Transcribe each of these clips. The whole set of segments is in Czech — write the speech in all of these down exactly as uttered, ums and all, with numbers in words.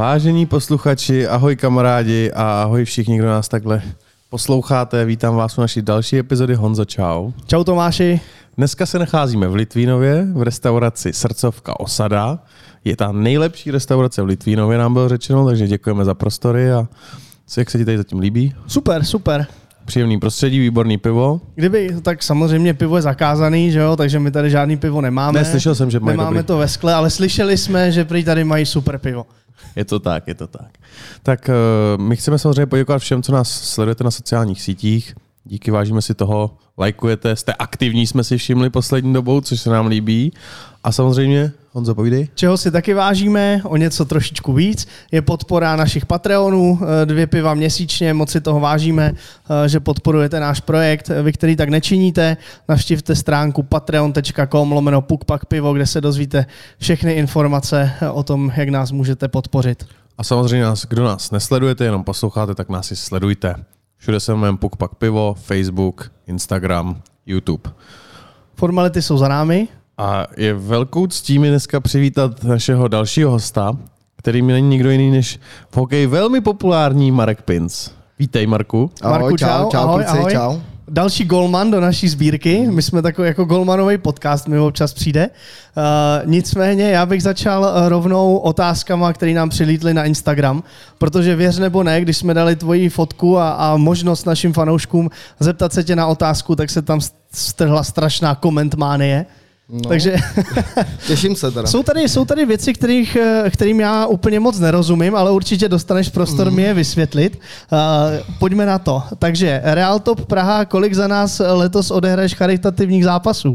Vážení posluchači, ahoj kamarádi a ahoj všichni, kdo nás takhle posloucháte. Vítám vás u naší další epizody. Honzo, čau. Čau Tomáši. Dneska se nacházíme v Litvínově v restauraci Srdcovka Osada. Je ta nejlepší restaurace v Litvínově, nám bylo řečeno, takže děkujeme za prostory a co, jak se ti tady zatím líbí? Super, super. Příjemný prostředí, výborný pivo. Kdyby, tak samozřejmě pivo je zakázaný, že jo, takže my tady žádný pivo nemáme. Ne, slyšel jsem, že mají Nemáme dobrý. to ve skle, ale slyšeli jsme, že prý tady mají super pivo. Je to tak, je to tak. Tak my chceme samozřejmě poděkovat všem, co nás sledujete na sociálních sítích. Díky, vážíme si toho, lajkujete, jste aktivní, jsme si všimli poslední dobou, což se nám líbí. A samozřejmě, Honzo, povídej. Čeho si taky vážíme, o něco trošičku víc, je podpora našich Patreonů, dvě piva měsíčně, moc si toho vážíme, že podporujete náš projekt, vy, který tak nečiníte, navštivte stránku patreon tečka com lomeno pukpak pivo, kde se dozvíte všechny informace o tom, jak nás můžete podpořit. A samozřejmě, nás, kdo nás nesledujete, jenom posloucháte, tak nás i sledujte. Všude se jmenujeme Pukpak pivo, Facebook, Instagram, YouTube. Formality jsou za námi. A je velkou ctí mi dneska přivítat našeho dalšího hosta, kterým není nikdo jiný než v hokeji velmi populární Marek Pinc. Vítej, Marku. Ahoj, Marku, čau, čau, čau, ahoj, kluci, ahoj. čau. Další golman do naší sbírky. My jsme takový jako golmanový podcast, mi občas přijde. Uh, nicméně já bych začal rovnou otázkama, které nám přilítly na Instagram, protože věř nebo ne, když jsme dali tvoji fotku a, a možnost našim fanouškům zeptat se tě na otázku, tak se tam strhla strašná komentmánie. No, takže těším se teda. Jsou tady, jsou tady věci, kterých, kterým já úplně moc nerozumím, ale určitě dostaneš prostor mm. mi je vysvětlit. Uh, pojďme na to. Takže Real Top Praha, kolik za nás letos odehraješ charitativních zápasů?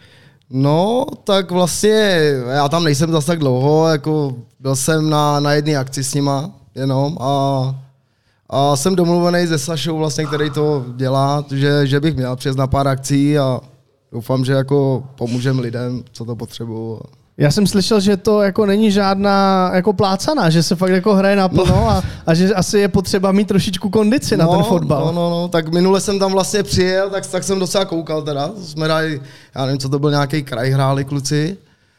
No, tak vlastně já tam nejsem zase tak dlouho, jako byl jsem na, na jedné akci s nima jenom a, a jsem domluvený se Sašou vlastně, který to dělá, že, že bych měl přijet na pár akcí a doufám, že jako pomůžem lidem, co to potřebují. Já jsem slyšel, že to jako není žádná jako plácaná, že se fakt jako hraje naplno no. a, a že asi je potřeba mít trošičku kondici no, na ten fotbal. No, no, no, tak minule jsem tam vlastně přijel, tak, tak jsem docela koukal teda. Jsme hráli, já nevím, co to byl, nějaký kraj hráli kluci.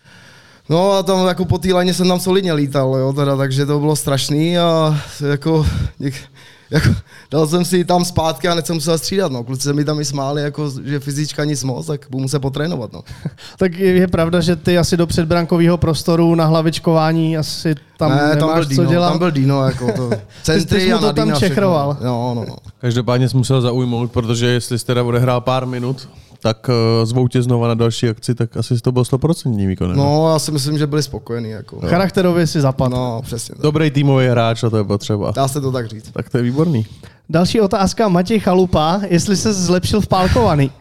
No a tam jako po té laně jsem tam solidně lítal, jo, teda, takže to bylo strašný a jako... Jako, dal jsem si tam zpátky a hned jsem musel střídat, no. Kluci se mi tam i smáli, jako, že fyzička nic moc, tak budu muset potrénovat, no. Tak je pravda, že ty asi do předbrankového prostoru na hlavičkování asi tam ne, nemáš tam byl co Dino, dělat. tam byl Dino, jako to. Centry ty a jsi mu to tam čechroval. No, no, no. Každopádně jsi musel zaujmout, protože jestli jste teda odehrál pár minut, tak uh, zvou tě znova na další akci, tak asi to bylo sto procent výkon. No, já si myslím, že byli spokojení. Jako. No. Charakterově si zapadl. No, přesně. Tak. Dobrý týmový hráč, a to je potřeba. Dá se to tak říct. Tak to je výborný. Další otázka, Matěj Chalupa, jestli se zlepšil v pálkovaný.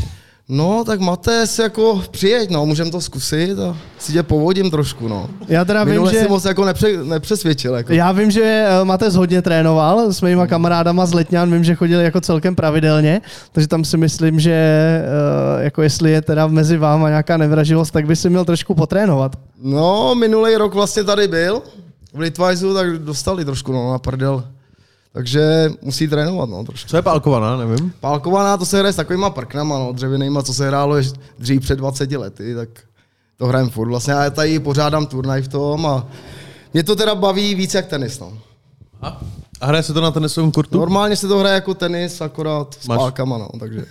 No, tak Matez, jako přijeď, no, můžeme to zkusit a si tě povodím trošku, no. Já teda Minule vím, že... si moc jako nepře, nepřesvědčil, jako. Já vím, že Matez hodně trénoval s mýma kamarádama z Letňan, vím, že chodili jako celkem pravidelně, takže tam si myslím, že jako jestli je teda mezi váma nějaká nevraživost, tak by si měl trošku potrénovat. No, minulý rok vlastně tady byl, v Litvajzu, tak dostali trošku, no, na prdel. Takže musí trénovat, no, trošku. Co je pálkovaná, nevím? Pálkovaná, to se hraje s takovýma prknama, no, dřevěnýma, co se hrálo dřív před dvaceti lety, tak to hrajem furt. Vlastně já tady pořádám turnaj v tom a mě to teda baví víc jak tenis, no. A, a hraje se to na tenisovém kurtu? Normálně se to hraje jako tenis, akorát s Máš... pálkama, no, takže.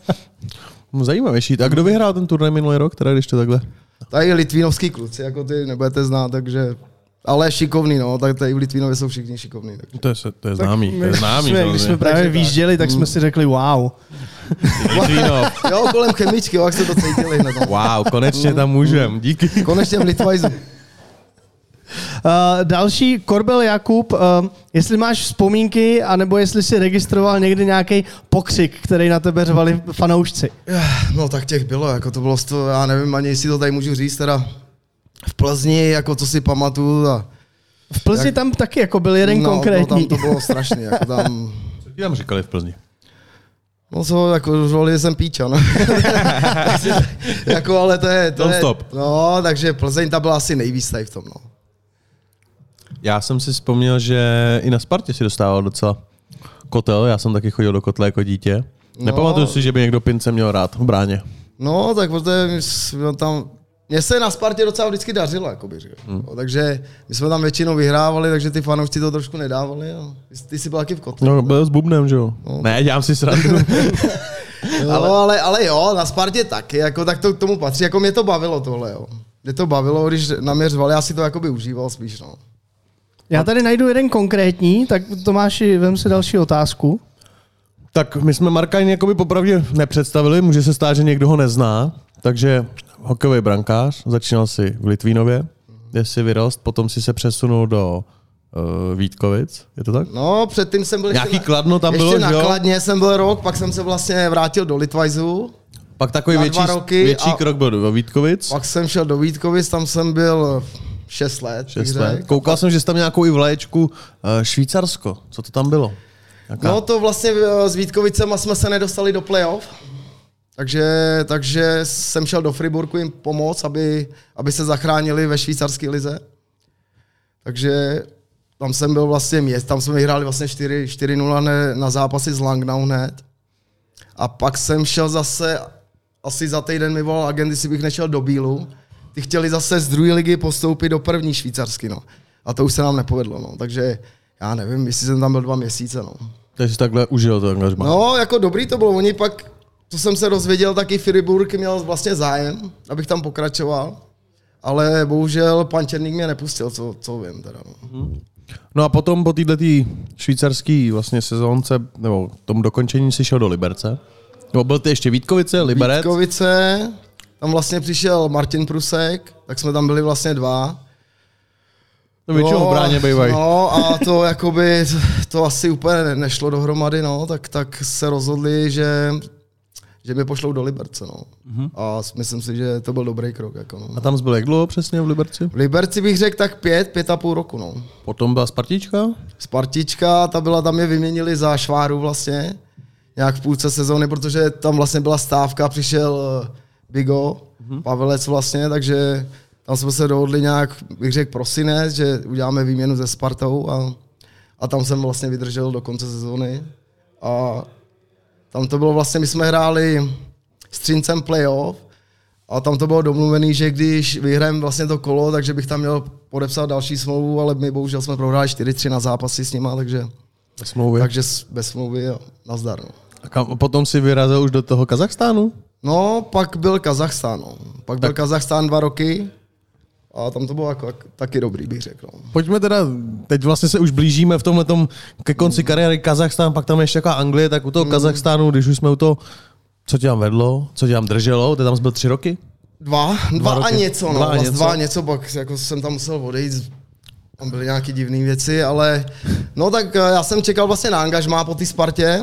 Zajímavější. A kdo vyhrál ten turnaj minulý rok, teda když to takhle? Tady litvínovský kluci, jako ty nebudete znát, takže... Ale šikovný, no, tak tady v Litvínově jsou všichni šikovní. Takže. To je, to je známý, to je známý. Jsme, když jsme právě takže výjížděli, tak jsme si řekli wow. Litvínov. Jo, kolem chemičky, jak se to cítili hned. Wow, konečně tam můžem, díky. Konečně v Litvajzu. Uh, další, Korbel Jakub, uh, jestli máš vzpomínky, anebo jestli si registroval někdy nějaký pokřik, který na tebe řvali fanoušci. No tak těch bylo, jako to bylo, to, já nevím ani, jestli to tady můžu říct, teda v Plzni, jako co si pamatuju. A v Plzni jak, tam taky jako byl jeden no, konkrétní. No, tam to bylo strašný, jako tam... Co ti tam říkali v Plzni? No co, jako řvali, že jsem píča, no. Jako, ale to je... To Don't je, stop. No, takže Plzeň ta byla asi nejvíc tady v tom, no. Já jsem si vzpomněl, že i na Spartě si dostával docela kotel, já jsem taky chodil do kotle jako dítě. No. Nepamatuju si, že by někdo Pince měl rád v bráně. No, tak protože tam mně se na Spartě docela vždycky dařilo, jakoby, hmm. takže my jsme tam většinou vyhrávali, takže ty fanoušci to trošku nedávali. A ty jsi byl taky v kotli. No, byl s bubnem, že jo? No. Ne, dělám si srandu. jo, ale... ale, ale jo, na Spartě taky, jako, tak to k tomu patří, jako mě to bavilo tohle, jo. Mě to bavilo, když na mě řvali, já si to jakoby užíval spíš, no. Já tady najdu jeden konkrétní, tak Tomáši, vem si další otázku. Tak my jsme Marka jakoby popravdě nepředstavili, může se stát, že někdo ho nezná, takže hokejový brankář, začínal si v Litvínově, kde si vyrost, potom si se přesunul do uh, Vítkovic, je to tak? No, předtím jsem byl nějaký ještě Kladno tam ještě bylo, na že jo? Kladně jsem byl rok, pak jsem se vlastně vrátil do Litvajzu. Pak takový větší, větší krok byl do Vítkovic. Pak jsem šel do Vítkovic, tam jsem byl šest let. šest let. Koukal jsem, že jsi tam nějakou i vlaječku uh, Švýcarsko. Co to tam bylo? Jaká? No to vlastně s Vítkovicema jsme se nedostali do playoff. Takže, takže jsem šel do Friburku jim pomoct, aby, aby se zachránili ve švýcarské lize. Takže tam jsem byl vlastně měst, tam jsme vyhráli vlastně čtyři nula na zápasy s Langnau hned. A pak jsem šel zase, asi za týden mi volal agent, jestli bych nešel do Bílu. Ty chtěli zase z druhé ligy postoupit do první švýcarsky, no. A to už se nám nepovedlo, no. Takže já nevím, jestli jsem tam byl dva měsíce, no. Takže jsi takhle užil to angažmá. No, jako dobrý to bylo. Oni pak, co jsem se dozvěděl, tak i Friburg měl vlastně zájem, abych tam pokračoval. Ale bohužel pan Černík mě nepustil, co, co vím teda. No. No a potom po této švýcarské vlastně sezónce, nebo tomu dokončení si šel do Liberce. Nebo byl ty ještě Vítkovice, Liberec? Vítkovice, tam vlastně přišel Martin Prusek, tak jsme tam byli vlastně dva. To většinou no, v bráně bývají. No a to jakoby, to asi úplně nešlo dohromady, no, tak, tak se rozhodli, že, že mě pošlou do Liberce, no. Mm-hmm. A myslím si, že to byl dobrý krok, jako no. A tam jsi byl jak dlouho přesně v Liberci? V Liberci bych řekl tak pět, pět a půl roku, no. Potom byla Spartička? Spartička, ta byla, tam je vyměnili za Šváru vlastně, nějak v půlce sezóny, protože tam vlastně byla stávka, přišel Bigo, mm-hmm. Pavelec vlastně, takže tam jsme se dohodli nějak, bych řekl prosinec, že uděláme výměnu se Spartou a, a tam jsem vlastně vydržel do konce sezóny. A tam to bylo vlastně, my jsme hráli s Třincem playoff a tam to bylo domluvené, že když vyhrajeme vlastně to kolo, takže bych tam měl podepsat další smlouvu, ale my bohužel jsme prohráli čtyři tři na zápasy s nima, takže bez smlouvy. Takže bez smlouvy a nazdar. No. A kam, potom si vyrazil už do toho Kazachstánu? No, pak byl Kazachstán. No. Pak tak. byl Kazachstán dva roky. A tam to bylo jako, taky dobrý, bych řekl. Pojďme teda, teď vlastně se už blížíme v tomhletom ke konci kariéry Kazachstán, pak tam je ještě taková Anglie, tak u toho mm. Kazachstánu, když už jsme u toho, co tě tam vedlo, co tě tam drželo, ty tam jsi byl tři roky? Dva, dva, dva roky. a něco, no, dva a něco. dva a něco, pak jako jsem tam musel odejít, tam byly nějaké divné věci, ale no tak já jsem čekal vlastně na angažmá po té Spartě.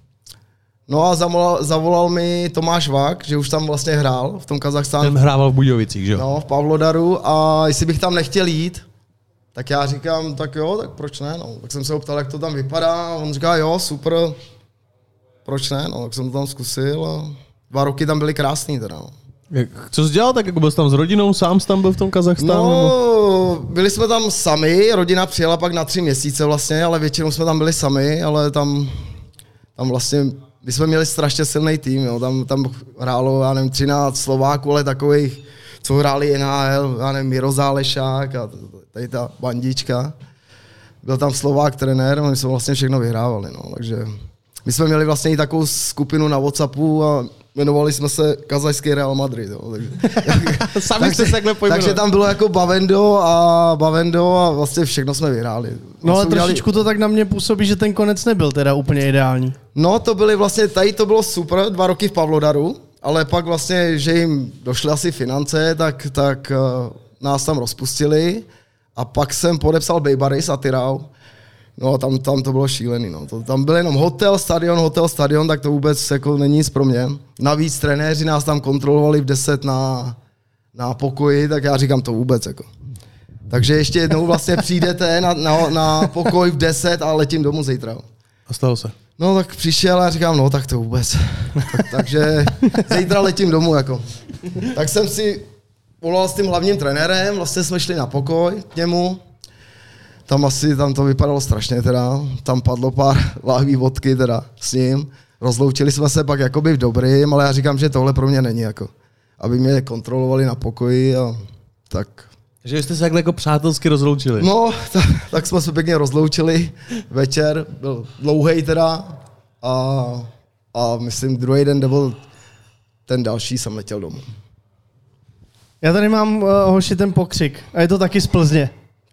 No a zavolal, zavolal mi Tomáš Vák, že už tam vlastně hrál v tom Kazachstánu. Ten hrával v Budějovicích, že jo? No, v Pavlodaru a jestli bych tam nechtěl jít, tak já říkám, tak jo, tak proč ne, no. Tak jsem se ho ptal, jak to tam vypadá a on říká, jo, super, proč ne, no, tak jsem to tam zkusil a dva roky tam byly krásný teda, no. Co jsi dělal, tak jako byl jsi tam s rodinou, sám jsi tam byl v tom Kazachstánu? No, byli jsme tam sami, rodina přijela pak na tři měsíce vlastně, ale většinou jsme tam byli sami, ale tam, tam vlastně my jsme měli strašně silný tým, jo. Tam, tam hrálo, já nevím, třináct Slováků, ale takových, co hráli N H L, já nevím, Miro Zálešák a tady ta bandička. Byl tam Slovák trenér, my jsme vlastně všechno vyhrávali, no. Takže my jsme měli vlastně i takovou skupinu na WhatsAppu a jmenovali jsme se Kazachský Real Madrid, jo. Takže, Sami jste se takhle pojmenovali. Takže tam bylo jako Bavendo a Bavendo a vlastně všechno jsme vyhráli. No ale trošičku to tak na mě působí, že ten konec nebyl teda úplně ideální. No to byly vlastně, tady to bylo super, dva roky v Pavlodaru, ale pak vlastně, že jim došly asi finance, tak, tak uh, nás tam rozpustili a pak jsem podepsal Bejbaris a Tyrau. No a tam, tam to bylo šílený, no. To, tam byl jenom hotel, stadion, hotel, stadion, tak to vůbec jako není nic pro mě. Navíc trenéři nás tam kontrolovali v deset na, na pokoji, tak já říkám to vůbec jako. Takže ještě jednou vlastně přijdete na, na, na pokoj v deset a letím domů zítra. A stalo se? No tak přišel a říkám, no tak to vůbec. tak, takže zítra letím domů jako. Tak jsem si volal s tím hlavním trenérem, vlastně jsme šli na pokoj k němu. Tam asi, tam to vypadalo strašně teda, tam padlo pár láhví vodky teda s ním. Rozloučili jsme se pak jakoby v dobrým, ale já říkám, že tohle pro mě není jako. aby mě kontrolovali na pokoji a tak. Takže jste se takhle jako přátelsky rozloučili? No, tak, tak jsme se pěkně rozloučili. Večer byl dlouhej teda a, a myslím druhý den nebo ten další jsem letěl domů. Já tady mám uh, hoši ten pokřik a je to taky z Plzně.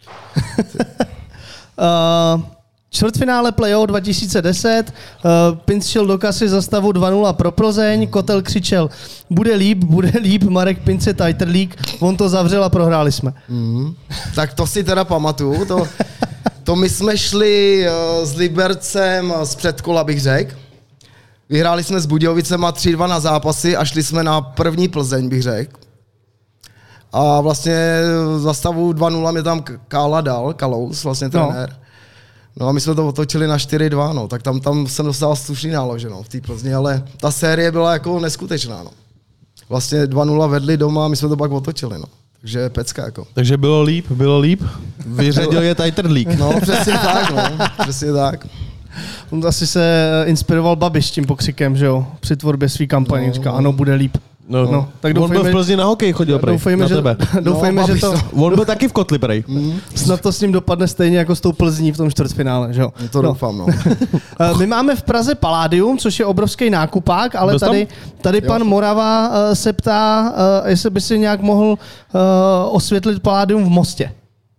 uh, čtvrtfinále playoff dva tisíce deset, uh, Pinc šel do kasy za stavu dva nula pro Plzeň, Kotel křičel, bude líp, bude líp, Marek Pince Tighter League, on to zavřel a prohráli jsme. Mm. Tak to si teda pamatuju, to, to my jsme šli uh, s Libercem z předkola, bych řekl. Vyhráli jsme s Budějovicema tři dva na zápasy a šli jsme na první Plzeň, bych řekl. A vlastně za stavu dva nula mě tam Kála dal, Kalous, vlastně trenér. No. No a my jsme to otočili na čtyři dva, no, tak tam, tam jsem dostal slušný nálože, no, v té Plzni, ale ta série byla jako neskutečná, no. Vlastně dva nula vedli doma a my jsme to pak otočili, no. Takže pecka, jako. Takže bylo líp, bylo líp. Vyřadil je Tighter League. No, přesně tak, no, přesně tak. On asi se inspiroval Babiš tím pokřikem, že jo, při tvorbě svý kampaně, no, říká, ano, bude líp. No, no, tak doufejme, on byl v Plzni na hokej, chodil prej, doufejme, na že, tebe. Doufejme, no, že to... On byl taky v kotli, prej. Mm. Snad to s ním dopadne stejně jako s tou Plzní v tom čtvrtfinále, že jo? To no. doufám, no. My máme v Praze Palladium, což je obrovský nákupák, ale tady, tady pan Morava uh, se ptá, uh, jestli by si nějak mohl uh, osvětlit Palladium v Mostě.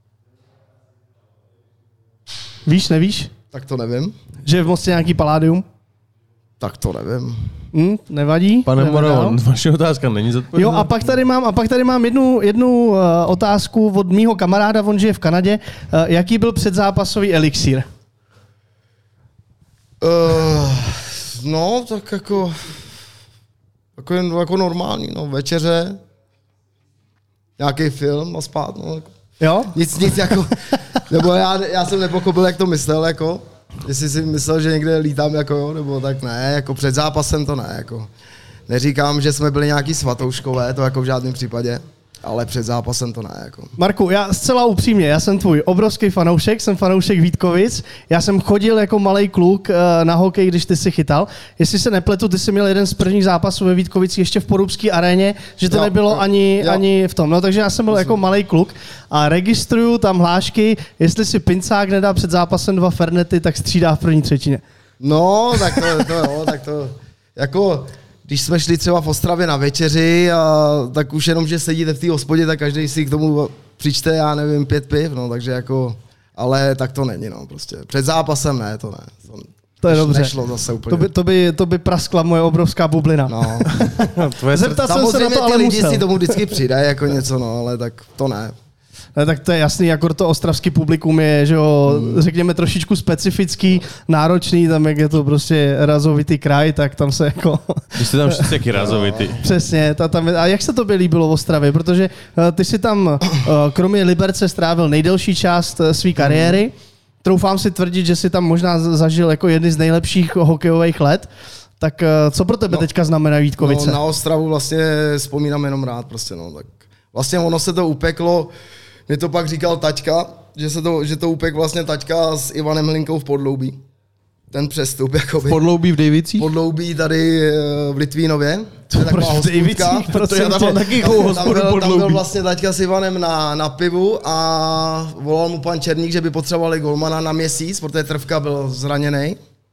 Víš, nevíš? Tak to nevím. Že je v Mostě nějaký Palladium? Tak to nevím. Hm, nevadí? Pane Moravo, vaše otázka není zodpovědná. Jo, a pak tady mám, a pak tady mám jednu, jednu uh, otázku od mýho kamaráda, on žije v Kanadě. Uh, jaký byl předzápasový elixír? Uh, no, tak jako, jako, jako normální, no, večeře, nějaký film a spát, no. Jako. Jo? Nic, nic, jako, nebo já, já jsem nepochopil, jak to myslel, jako. Jestli si myslel, že někde lítám, jako jo, nebo tak ne, jako před zápasem to ne, jako. Neříkám, že jsme byli nějaký svatouškové, to jako v žádném případě, ale před zápasem to ne, jako. Marku, já zcela upřímně, já jsem tvůj obrovský fanoušek, jsem fanoušek Vítkovic, já jsem chodil jako malej kluk na hokej, když ty si chytal. Jestli se nepletu, ty jsi měl jeden z prvních zápasů ve Vítkovicích ještě v Porubské aréně, že to jo, nebylo jo, ani, jo. ani v tom, no takže já jsem byl Myslím. jako malej kluk a registruju tam hlášky, jestli si Pincák nedá před zápasem dva fernety, tak střídá v první třetině. No, tak to, to jo, tak to, jako... Když jsme šli třeba v Ostravě na večeři, a tak už jenom, že sedíte v té hospodě, tak každý si k tomu přičte, já nevím, pět piv, no, takže jako, ale tak to není, no, prostě. Před zápasem ne, to ne. To, to je dobře. Nešlo zase úplně. To by, to by, to by praskla moje obrovská bublina. No. Zeptat jsem se na to, ale ty lidi musel. si tomu vždycky přidají jako něco, no, ale tak to ne. Ne, tak to je jasný, jako to ostravský publikum je, že jo, hmm. řekněme trošičku specifický, náročný, tam jak je to prostě razovitý kraj, tak tam se jako... Vy jste tam všichni taky razovitý. Přesně, ta, tam, a jak se to by líbilo v Ostravě, protože uh, ty si tam uh, kromě Liberce strávil nejdelší část uh, své kariéry, hmm. troufám si tvrdit, že si tam možná zažil jako jedny z nejlepších hokejových let, tak uh, co pro tebe no, teďka znamená Vítkovice? No, na Ostravu vlastně vzpomínám jenom rád prostě, no, tak vlastně ono se to upeklo. Mě to pak říkal taťka, že, se to, že to upek vlastně taťka s Ivanem Hlinkou v Podloubí. Ten přestup, jakoby. V Podloubí v Dejvicích? Podloubí tady v Litvínově. To proč v Dejvicích? Protože já tam mám taky hospodu Podloubí. Tam byl vlastně taťka s Ivanem na, na pivu a volal mu pan Černík, že by potřebovali golmana na měsíc, protože Trvka byl zraněný.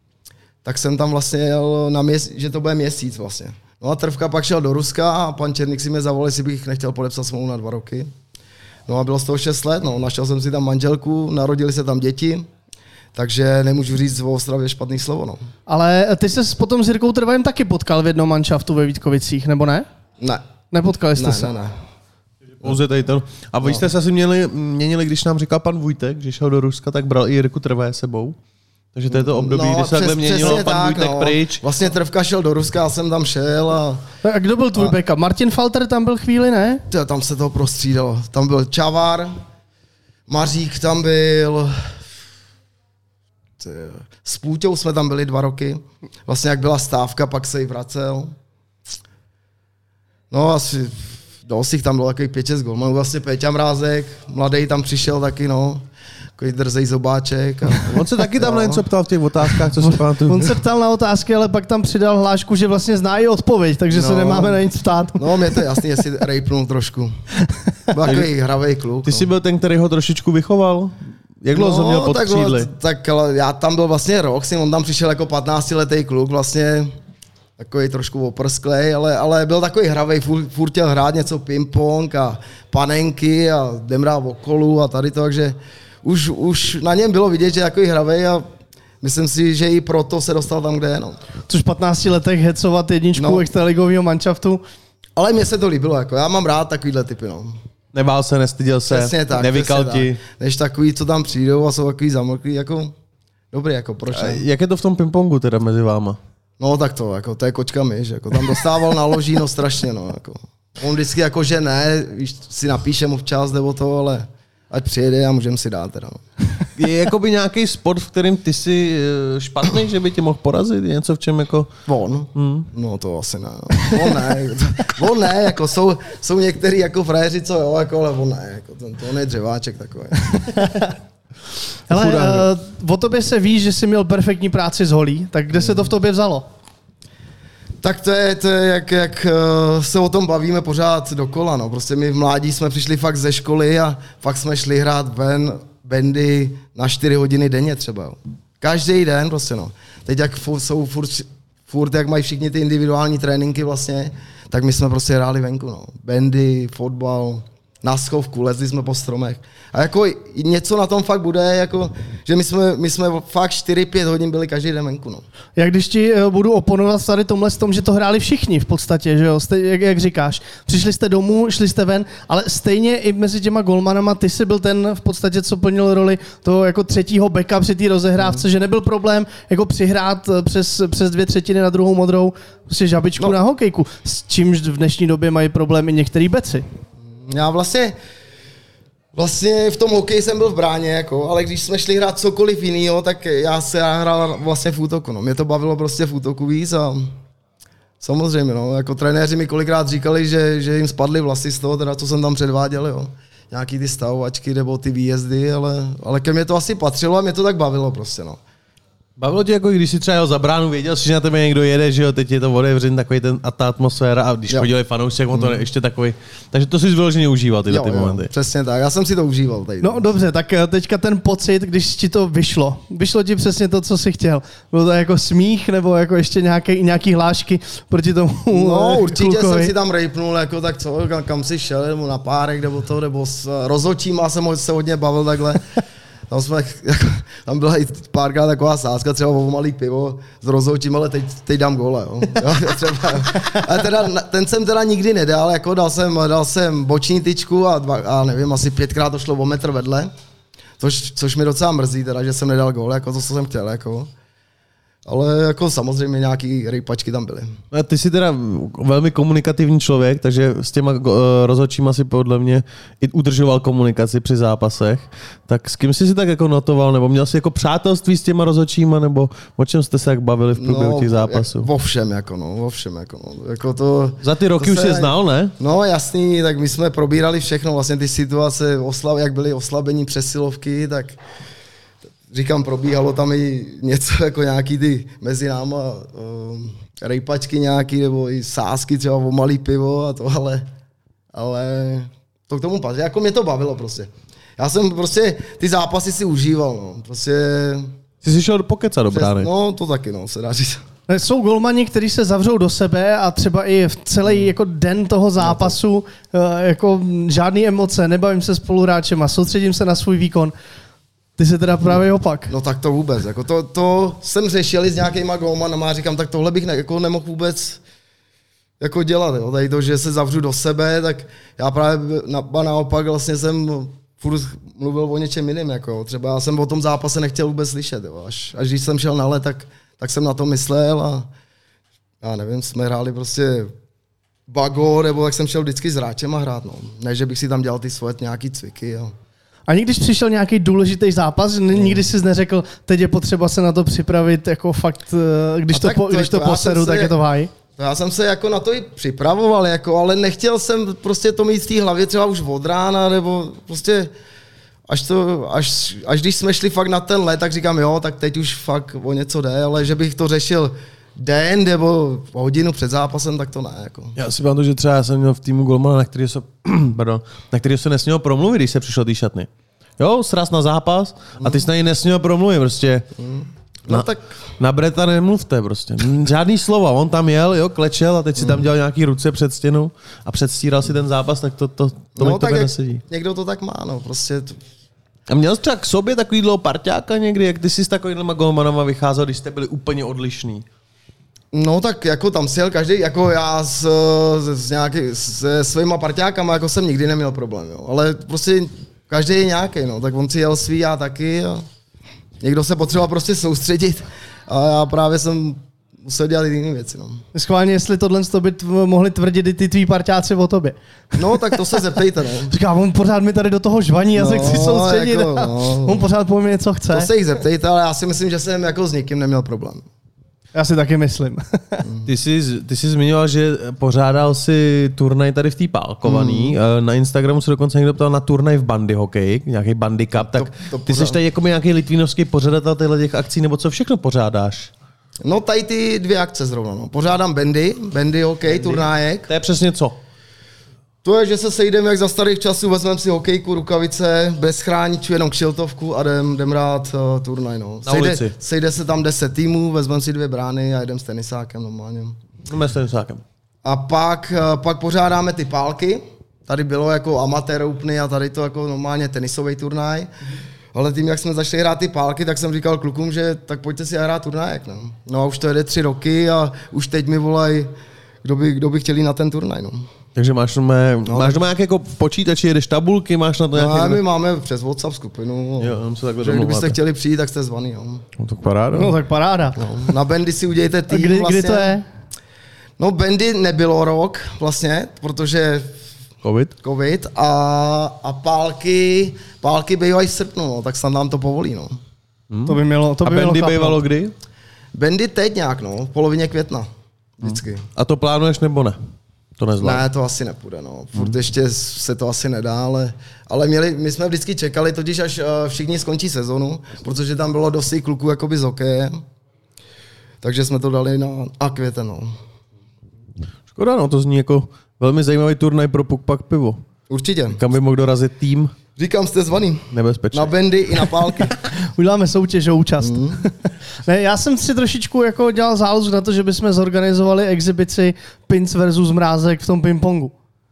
Tak jsem tam vlastně jel na měsíc, že to bude měsíc vlastně. No a Trvka pak šel do Ruska a pan Černík si mě zavolal, jestli bych nechtěl podepsat smlouvu na dva roky. No a bylo z toho šest let, no, našel jsem si tam manželku, narodili se tam děti, takže nemůžu říct o Ostravě špatný slovo, no. Ale ty se potom s Jirkou Trvajem taky potkal v jednom manšaftu ve Vítkovicích, nebo ne? Ne. Nepotkali jste ne, se? Ne, ne, Pouze tady to. A vy no. jste se asi měli, měnili, když nám říkal pan Vujtek, že šel do Ruska, tak bral i Jirku Trvaje sebou. Takže to je to období, no, kdy se takhle měnilo, pan Vujtek no. pryč. Vlastně Trvka šel do Ruska, já jsem tam šel a... A kdo byl tvůj a... backup? Martin Falter tam byl chvíli, ne? Tě, tam se to prostřídalo. Tam byl Čavar, Mařík tam byl... Tě, s Půťou jsme tam byli dva roky. Vlastně jak byla stávka, pak se jí vracel. No asi... Dost jich tam bylo takových pět, šest golmanů. Vlastně Péťa Mrázek, mladý tam přišel taky, no. takový drzej zobáček. A... On se taky tam na něco ptal v těch otázkách, co si pamatuju. On se ptal na otázky, ale pak tam přidal hlášku, že vlastně zná i odpověď, takže no, se nemáme na nic ptát. No, mě to je jasný, jestli rejpnul trošku. Byl takový hravej kluk. Ty no. jsi byl ten, který ho trošičku vychoval? Jak dlouho no, měl pod tak, křídly? Tak já tam byl vlastně rok, on tam přišel jako patnáctiletý kluk, vlastně takový trošku oprsklej, ale, ale byl takový hravej, furt, furt chtěl hrát něco ping-pong a panenky a jdem hrát okolu a tady to, takže už, už na něm bylo vidět, že je takový hravej a myslím si, že i proto se dostal tam, kde je. No. Což v patnácti letech hecovat jedničku no. extraligového manšaftu. Ale mně se to líbilo, jako já mám rád takovýhle typy. No. Nebál se, nestyděl se, tak, nevykal ti. Než takový, co tam přijdou a jsou takový zamlklí, jako dobrý, jako proč ne? Jak je to v tom pingpongu teda mezi váma? No tak to, jako to je kočka myš, jako tam dostával na loží, no strašně, no, jako. On vždycky jako, že ne, víš, si napíše mu včas nebo to, ale ať přijede a můžeme si dát teda. No. Je jakoby nějaký sport, v kterém ty jsi špatný, že by tě mohl porazit? Je něco v čem jako... On? Hmm. No to asi ne. No. On ne, on ne, jako jsou, jsou některý jako fréři, co jo, jako, ale on ne, jako ten, to on je dřeváček takový. Hele, uh, o tobě se ví, že jsi měl perfektní práci s holí, tak kde se to v tobě vzalo? Tak to je, to je jak, jak uh, se o tom bavíme pořád dokola, no. Prostě my v mládí jsme přišli fakt ze školy a fakt jsme šli hrát ven, bandy na čtyři hodiny denně třeba, jo. Každý den prostě, no. Teď jak jsou furt, furt, jak mají všichni ty individuální tréninky vlastně, tak my jsme prostě hráli venku, no. Bandy, fotbal, na schovku, lezli jsme po stromech. A jako něco na tom fakt bude, jako, že my jsme, my jsme fakt čtyři pět hodin byli každý den venku. No. Jak když ti budu oponovat tady tomhle s tom, že to hráli všichni v podstatě, že jo? Jste, jak, jak říkáš, přišli jste domů, šli jste ven, ale stejně i mezi těma golmanama ty jsi byl ten v podstatě, co plnil roli toho jako třetího backa při té rozehrávce, mm. že nebyl problém jako přihrát přes, přes dvě třetiny na druhou modrou prostě žabičku no. na hokejku, s čímž v dnešní době mají problémy některý beci. Já vlastně, vlastně v tom hokeji jsem byl v bráně, jako, ale když jsme šli hrát cokoliv jinýho, tak já se já hrál vlastně v útoku. No. Mě to bavilo prostě v útoku víc a samozřejmě, no, jako trenéři mi kolikrát říkali, že, že jim spadly vlasy z toho, teda, co jsem tam předváděl, jo. Nějaký ty stavovačky nebo ty výjezdy, ale, ale ke mně to asi patřilo a mě to tak bavilo prostě, no. Bavilo tě, jako když jsi třeba jel za bránu, věděl jsi, že na tebe někdo jede, že jo, teď je to otevřený, takový ten a ta atmosféra a když jo. chodili fanoušci, on to mm. ještě takový, takže to jsi vyloženě užíval tyhle jo, ty momenty. Jo, přesně tak, já jsem si to užíval. Tady. No dobře, tak teďka ten pocit, když ti to vyšlo, vyšlo ti přesně to, co jsi chtěl. Bylo to jako smích nebo jako ještě nějaké, nějaký hlášky proti tomu No určitě klukovi. Jsem si tam rejpnul, jako tak co, kam, kam jsi šel, nebo na párek, nebo to, nebo s rozhodčím, a jsem se hodně bavil takhle. Tam, jsme, jako, tam byla i párkrát taková sázka, třeba o malý pivo s rozhodčím, ale teď, teď dám góla, jo. Třeba, ale teda, ten jsem teda nikdy nedal, jako dal jsem, dal jsem boční tyčku a, dva, a nevím, asi pětkrát to šlo o metr vedle, což, což mi docela mrzí, teda, že jsem nedal gól, jako to, co jsem chtěl, jako. Ale jako samozřejmě nějaký rejpačky tam byly. A ty jsi teda velmi komunikativní člověk, takže s těma uh, rozhodčíma si podle mě i udržoval komunikaci při zápasech. Tak s kým jsi si tak jako notoval, nebo měl jsi jako přátelství s těma rozhodčíma, nebo o čem jste se jak bavili v průběhu no, těch zápasů? Jak, vo všem, jako no, vo všem, jako no. Jako to, Za ty roky už se, jsi znal, ne? No jasný, tak my jsme probírali všechno, vlastně ty situace, oslav, jak byly oslabení přesilovky, tak říkám, probíhalo tam i něco jako nějaký ty mezi náma um, rejpačky nějaký, nebo i sázky třeba o malý pivo a to, ale, ale to k tomu patří. Jako mě to bavilo prostě. Já jsem prostě ty zápasy si užíval, no. Prostě... Jsi si šel do pokeca do brány. No, to taky, no, se dá říct. Jsou golmani, kteří se zavřou do sebe a třeba i v celý jako den toho zápasu jako žádný emoce, nebavím se spoluhráčem a soustředím se na svůj výkon. Ty se teda právě opak. No tak to vůbec. Jako to, to jsem řešil s nějakýma golmanama a říkám, tak tohle bych ne, jako nemohl vůbec jako dělat. Jo. Tady to, že se zavřu do sebe, tak já právě na, naopak vlastně jsem furt mluvil o něčem jiném. Jako. Třeba já jsem o tom zápase nechtěl vůbec slyšet. Jo. Až, až když jsem šel na led, tak, tak jsem na to myslel a já nevím, jsme hráli prostě bago, nebo tak jsem šel vždycky s hráčem a hrát. No. Ne, že bych si tam dělal ty svoje nějaký cviky. Jo. Ani když přišel nějaký důležitý zápas, nikdy jsi neřekl, teď je potřeba se na to připravit, jako fakt, když to, po, když to, to poseru, tak je to v háji? Já jsem se jako na to i připravoval, jako, ale nechtěl jsem prostě to mít v té hlavě třeba už od rána, nebo prostě až, to, až, až když jsme šli fakt na ten let, tak říkám, jo, tak teď už fakt o něco jde, ale že bych to řešil den nebo hodinu před zápasem, tak to ne. Jako. Já si pamatuju, že třeba já jsem měl v týmu golmana, na kterého se, pardon, na kterého se nesmělo promluvit, když se přišel té šatny. Jo, sraz na zápas a ty jsi na něj nesměl promluvit prostě. Mm. No na, tak... na Breta nemluvte prostě. Žádný slova. On tam jel, jo, klečel a teď si tam dělal nějaký ruce před stěnou a předstíral si ten zápas, tak to, to, to no, tak tebe nesedí. Někdo to tak má, no, prostě... To... A měl jsi třeba k sobě takový dlouho parťáka někdy, jak ty jsi s takovýma golmanama vycházel, když jste byli úplně odlišný? No tak jako tam si jel každý, jako já s, s nějaký, se svýma parťákama jako jsem nikdy neměl problém, jo. Ale prostě každý je nějaký, no, tak on si jel svý, já taky a někdo se potřeboval prostě soustředit a já právě jsem musel dělat jiné věci, no. Schválně, jestli tohle by tv- mohli tvrdit i ty tví parťáci o tobě. No, tak to se zeptejte, no. Říká, on pořád mi tady do toho žvaní, já no, se chci soustředit. Jako, no. On pořád po mě něco chce. To se jich zeptejte, ale já si myslím, že jsem jako s nikým neměl problém. Já si taky myslím. Ty jsi, ty jsi zmiňoval, že pořádal si turnaj tady v té Pálkovaný. Mm. Na Instagramu se dokonce někdo ptal na turnaj v bandy hokej, nějaký bandy cup. Tak to, to ty jsi tady jako nějaký litvínovský pořadatel těchto těch akcí, nebo co všechno pořádáš? No tady ty dvě akce zrovna. No. Pořádám bandy, bandy hokej, bandy. Turnájek. To je přesně co? To je, že se sejdeme jak za starých časů, vezmeme si hokejku, rukavice, bez chráničů, jenom kšiltovku a jdem, jdem rád uh, turnaj. No. Na sejde, ulici. Sejde se tam deset týmů, vezmeme si dvě brány a jdem s tenisákem normálně. Jdeme s tenisákem. A pak, uh, pak pořádáme ty pálky. Tady bylo jako amatér open a tady to jako normálně tenisový turnaj. Ale tím, jak jsme začali hrát ty pálky, tak jsem říkal klukům, že tak pojďte si hrát turnajek. No, no a už to jede tři roky a už teď mi volají, kdo by, kdo by chtěli na ten turnaj. No. Takže máš doma, no, máš doma nějaké jako počítače, jedeš tabulky, máš na to nějaké... No, my máme přes WhatsApp skupinu, jo, se takhle že kdybyste chtěli přijít, tak jste zvaný. Jo. No tak paráda. No tak paráda. No, na bandy si udějte tým kdy, vlastně. Kdy to je? No bandy nebylo rok vlastně, protože... Covid? Covid a, a pálky, pálky bývají v srpnu, no, tak snad nám to povolí. No. Hmm. To by mělo, to by a bandy mělo bývalo kdy? Bandy teď nějak, no, v polovině května. Vždycky. Hmm. A to plánuješ nebo ne? To nezvládnu. Ne, to asi nepůjde, no. Furt hmm. ještě se to asi nedá, ale, ale měli, my jsme vždycky čekali, totiž až uh, všichni skončí sezonu, protože tam bylo dosti kluků jakoby z hokeje. Takže jsme to dali na a květen, no. Škoda, no, to zní jako velmi zajímavý turnaj pro Puk Pak Pivo. Určitě. Kam by mohl dorazit tým? Říkám, jste zvaný. Nebezpečný. Na bandy i na pálky. Uděláme soutěž o účast. Mm. Ne, já jsem si trošičku jako dělal zálezu na to, že bychom zorganizovali exibici Pinc versus Mrázek v tom pingpongu.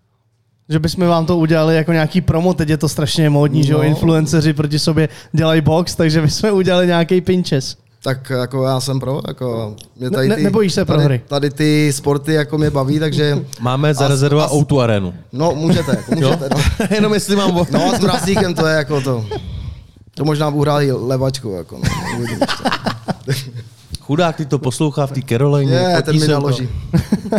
Že bychom vám to udělali jako nějaký promo, teď je to strašně módní, no. Že jo, influenceři proti sobě dělají box, takže bychom udělali nějaký pinches. Tak jako já jsem pro, jako mě tady ne, ty, nebojíš se pro tady, hry? Tady ty sporty jako mě baví, takže... Máme zarezervovat O dva arenu. No můžete, jako můžete. No. Jenom jestli mám... No a s Mrazíkem to je jako to... To možná budu hrát i levačku, jako no. Uvidím, Chudák, ty to poslouchá v té Carolině. Je, ten mi naloží. uh,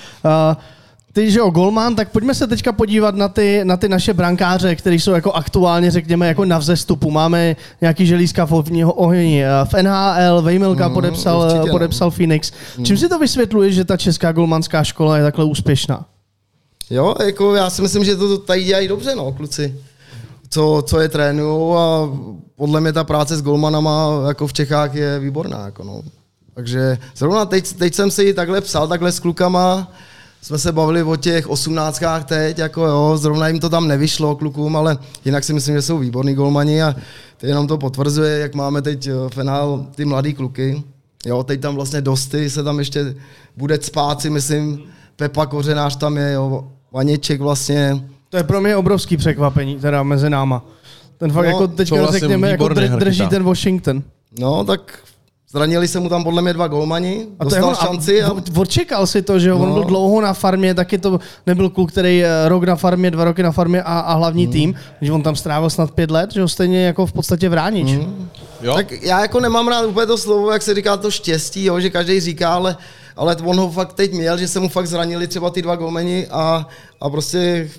Ty, že jo, golman, tak pojďme se teďka podívat na ty, na ty naše brankáře, kteří jsou jako aktuálně, řekněme, jako na vzestupu. Máme nějaký želízka v ohni. V N H L Vejmelka mm, podepsal, určitě, podepsal Phoenix. Mm. Čím si to vysvětluje, že ta česká golmanská škola je takhle úspěšná? Jo, jako já si myslím, že to tady dělají dobře, no, kluci. Co, co je trénujou a podle mě ta práce s golmanama jako v Čechách je výborná, jako no. Takže zrovna teď, teď jsem si takhle psal, takhle s klukama, jsme se bavili o těch osmnáctkách teď, jako jo, zrovna jim to tam nevyšlo klukům, ale jinak si myslím, že jsou výborní golmani a to jenom to potvrzuje, jak máme teď v N H L ty mladý kluky. Jo, teď tam vlastně Dosty se tam ještě bude cpát, si myslím, Pepa Kořenář tam je, jo, Vaněček vlastně. To je pro mě obrovský překvapení, teda mezi náma. Ten fakt no, jako teďka vlastně řekněme, jako drž, drží ten Washington. No, tak zranili se mu tam podle mě dva golmani, a dostal to je, šanci. A... Odčekal si to, že no. On byl dlouho na farmě, taky to nebyl kluk, který rok na farmě, dva roky na farmě a, a hlavní mm. tým, že on tam strávil snad pět let, že ho stejně jako v podstatě vránič. Mm. Jo? Tak já jako nemám rád úplně to slovo, jak se říká to štěstí, jo, že každý říká, ale, ale on ho fakt teď měl, že se mu fakt zranili třeba ty dva golmani a, a prostě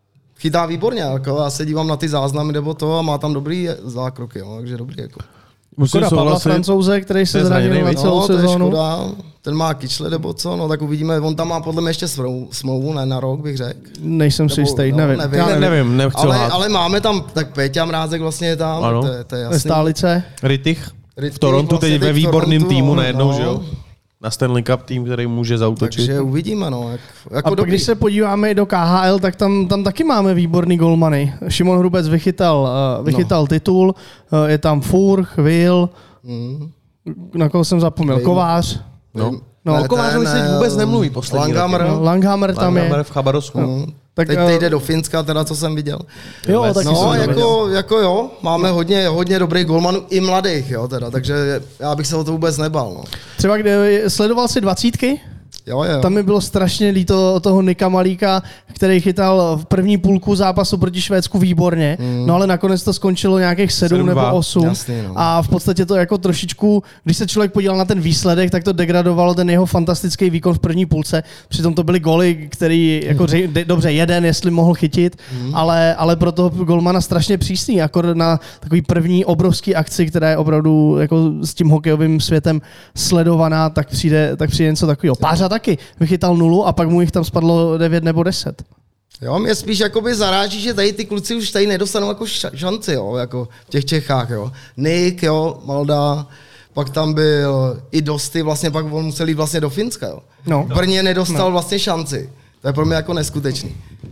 chytá výborně, jako já se dívám na ty záznamy nebo to a má tam dobrý zákroky, jo, takže dobrý jako. Škoda Pavla Francouze, který se zranil na celou no, sezónu. Škoda. Ten má kyčle nebo co, no tak uvidíme. On tam má podle mě ještě smlouvu, ne na rok, bych řekl. Nejsem si jistý, no, nevím. nevím. Já ne, nevím, nechci ale, ale máme tam, tak Péťa Mrázek vlastně je tam, ano. to je, to je jasný. Ve Stálice. Rittich. Rittich v Torontu vlastně teď ve výborném týmu najednou, no. že jo? Na Stanley Cup tým, který může zaútočit. Takže uvidíme, no. Jak, jako a dobrý. pak, když se podíváme do K H L, tak tam, tam taky máme výborný golmany. Šimon Hrubec vychytal, uh, vychytal no. titul, uh, je tam Furch, Will, mm. na koho jsem zapomněl, Will. Kovář. No, no o Kovářovi se vůbec nemluví poslední Langhammer. No, Langhammer tam Langhammer je. v Chabarovsku. No. Tak teď, teď jde do Finska, teda co jsem viděl. Jo, taky no, jsem jako, jako jo, máme hodně, hodně dobrých golmanů i mladých, jo, teda, takže já bych se o to vůbec nebal. No. Třeba kde sledoval jsi dvacítky? Jo, jo. Tam mi bylo strašně líto toho Nika Malíka, který chytal v první půlku zápasu proti Švédsku výborně, mm. no ale nakonec to skončilo nějakých sedm nebo osm. Jasný, no. A v podstatě to jako trošičku, když se člověk podíval na ten výsledek, tak to degradovalo ten jeho fantastický výkon v první půlce. Přitom to byly goly, který jako ře, dobře jeden, jestli mohl chytit, mm. ale, ale pro toho golmana strašně přísný, jako na takový první obrovský akci, která je opravdu jako s tím hokejovým světem sledovaná, tak přijde, tak přijde něco takového. Pářa taky vychytal nulu a pak mu jich tam spadlo devět nebo deset. Jo, mě spíš jakoby zaráží, že tady ty kluci už tady nedostanou jako šanci, jo, jako v těch Čechách, jo. Nick, jo, Malda, pak tam byl i Dosty, vlastně pak on musel jít vlastně do Finska, jo. No. V Brně nedostal no. vlastně šanci. To je pro mě jako neskutečný.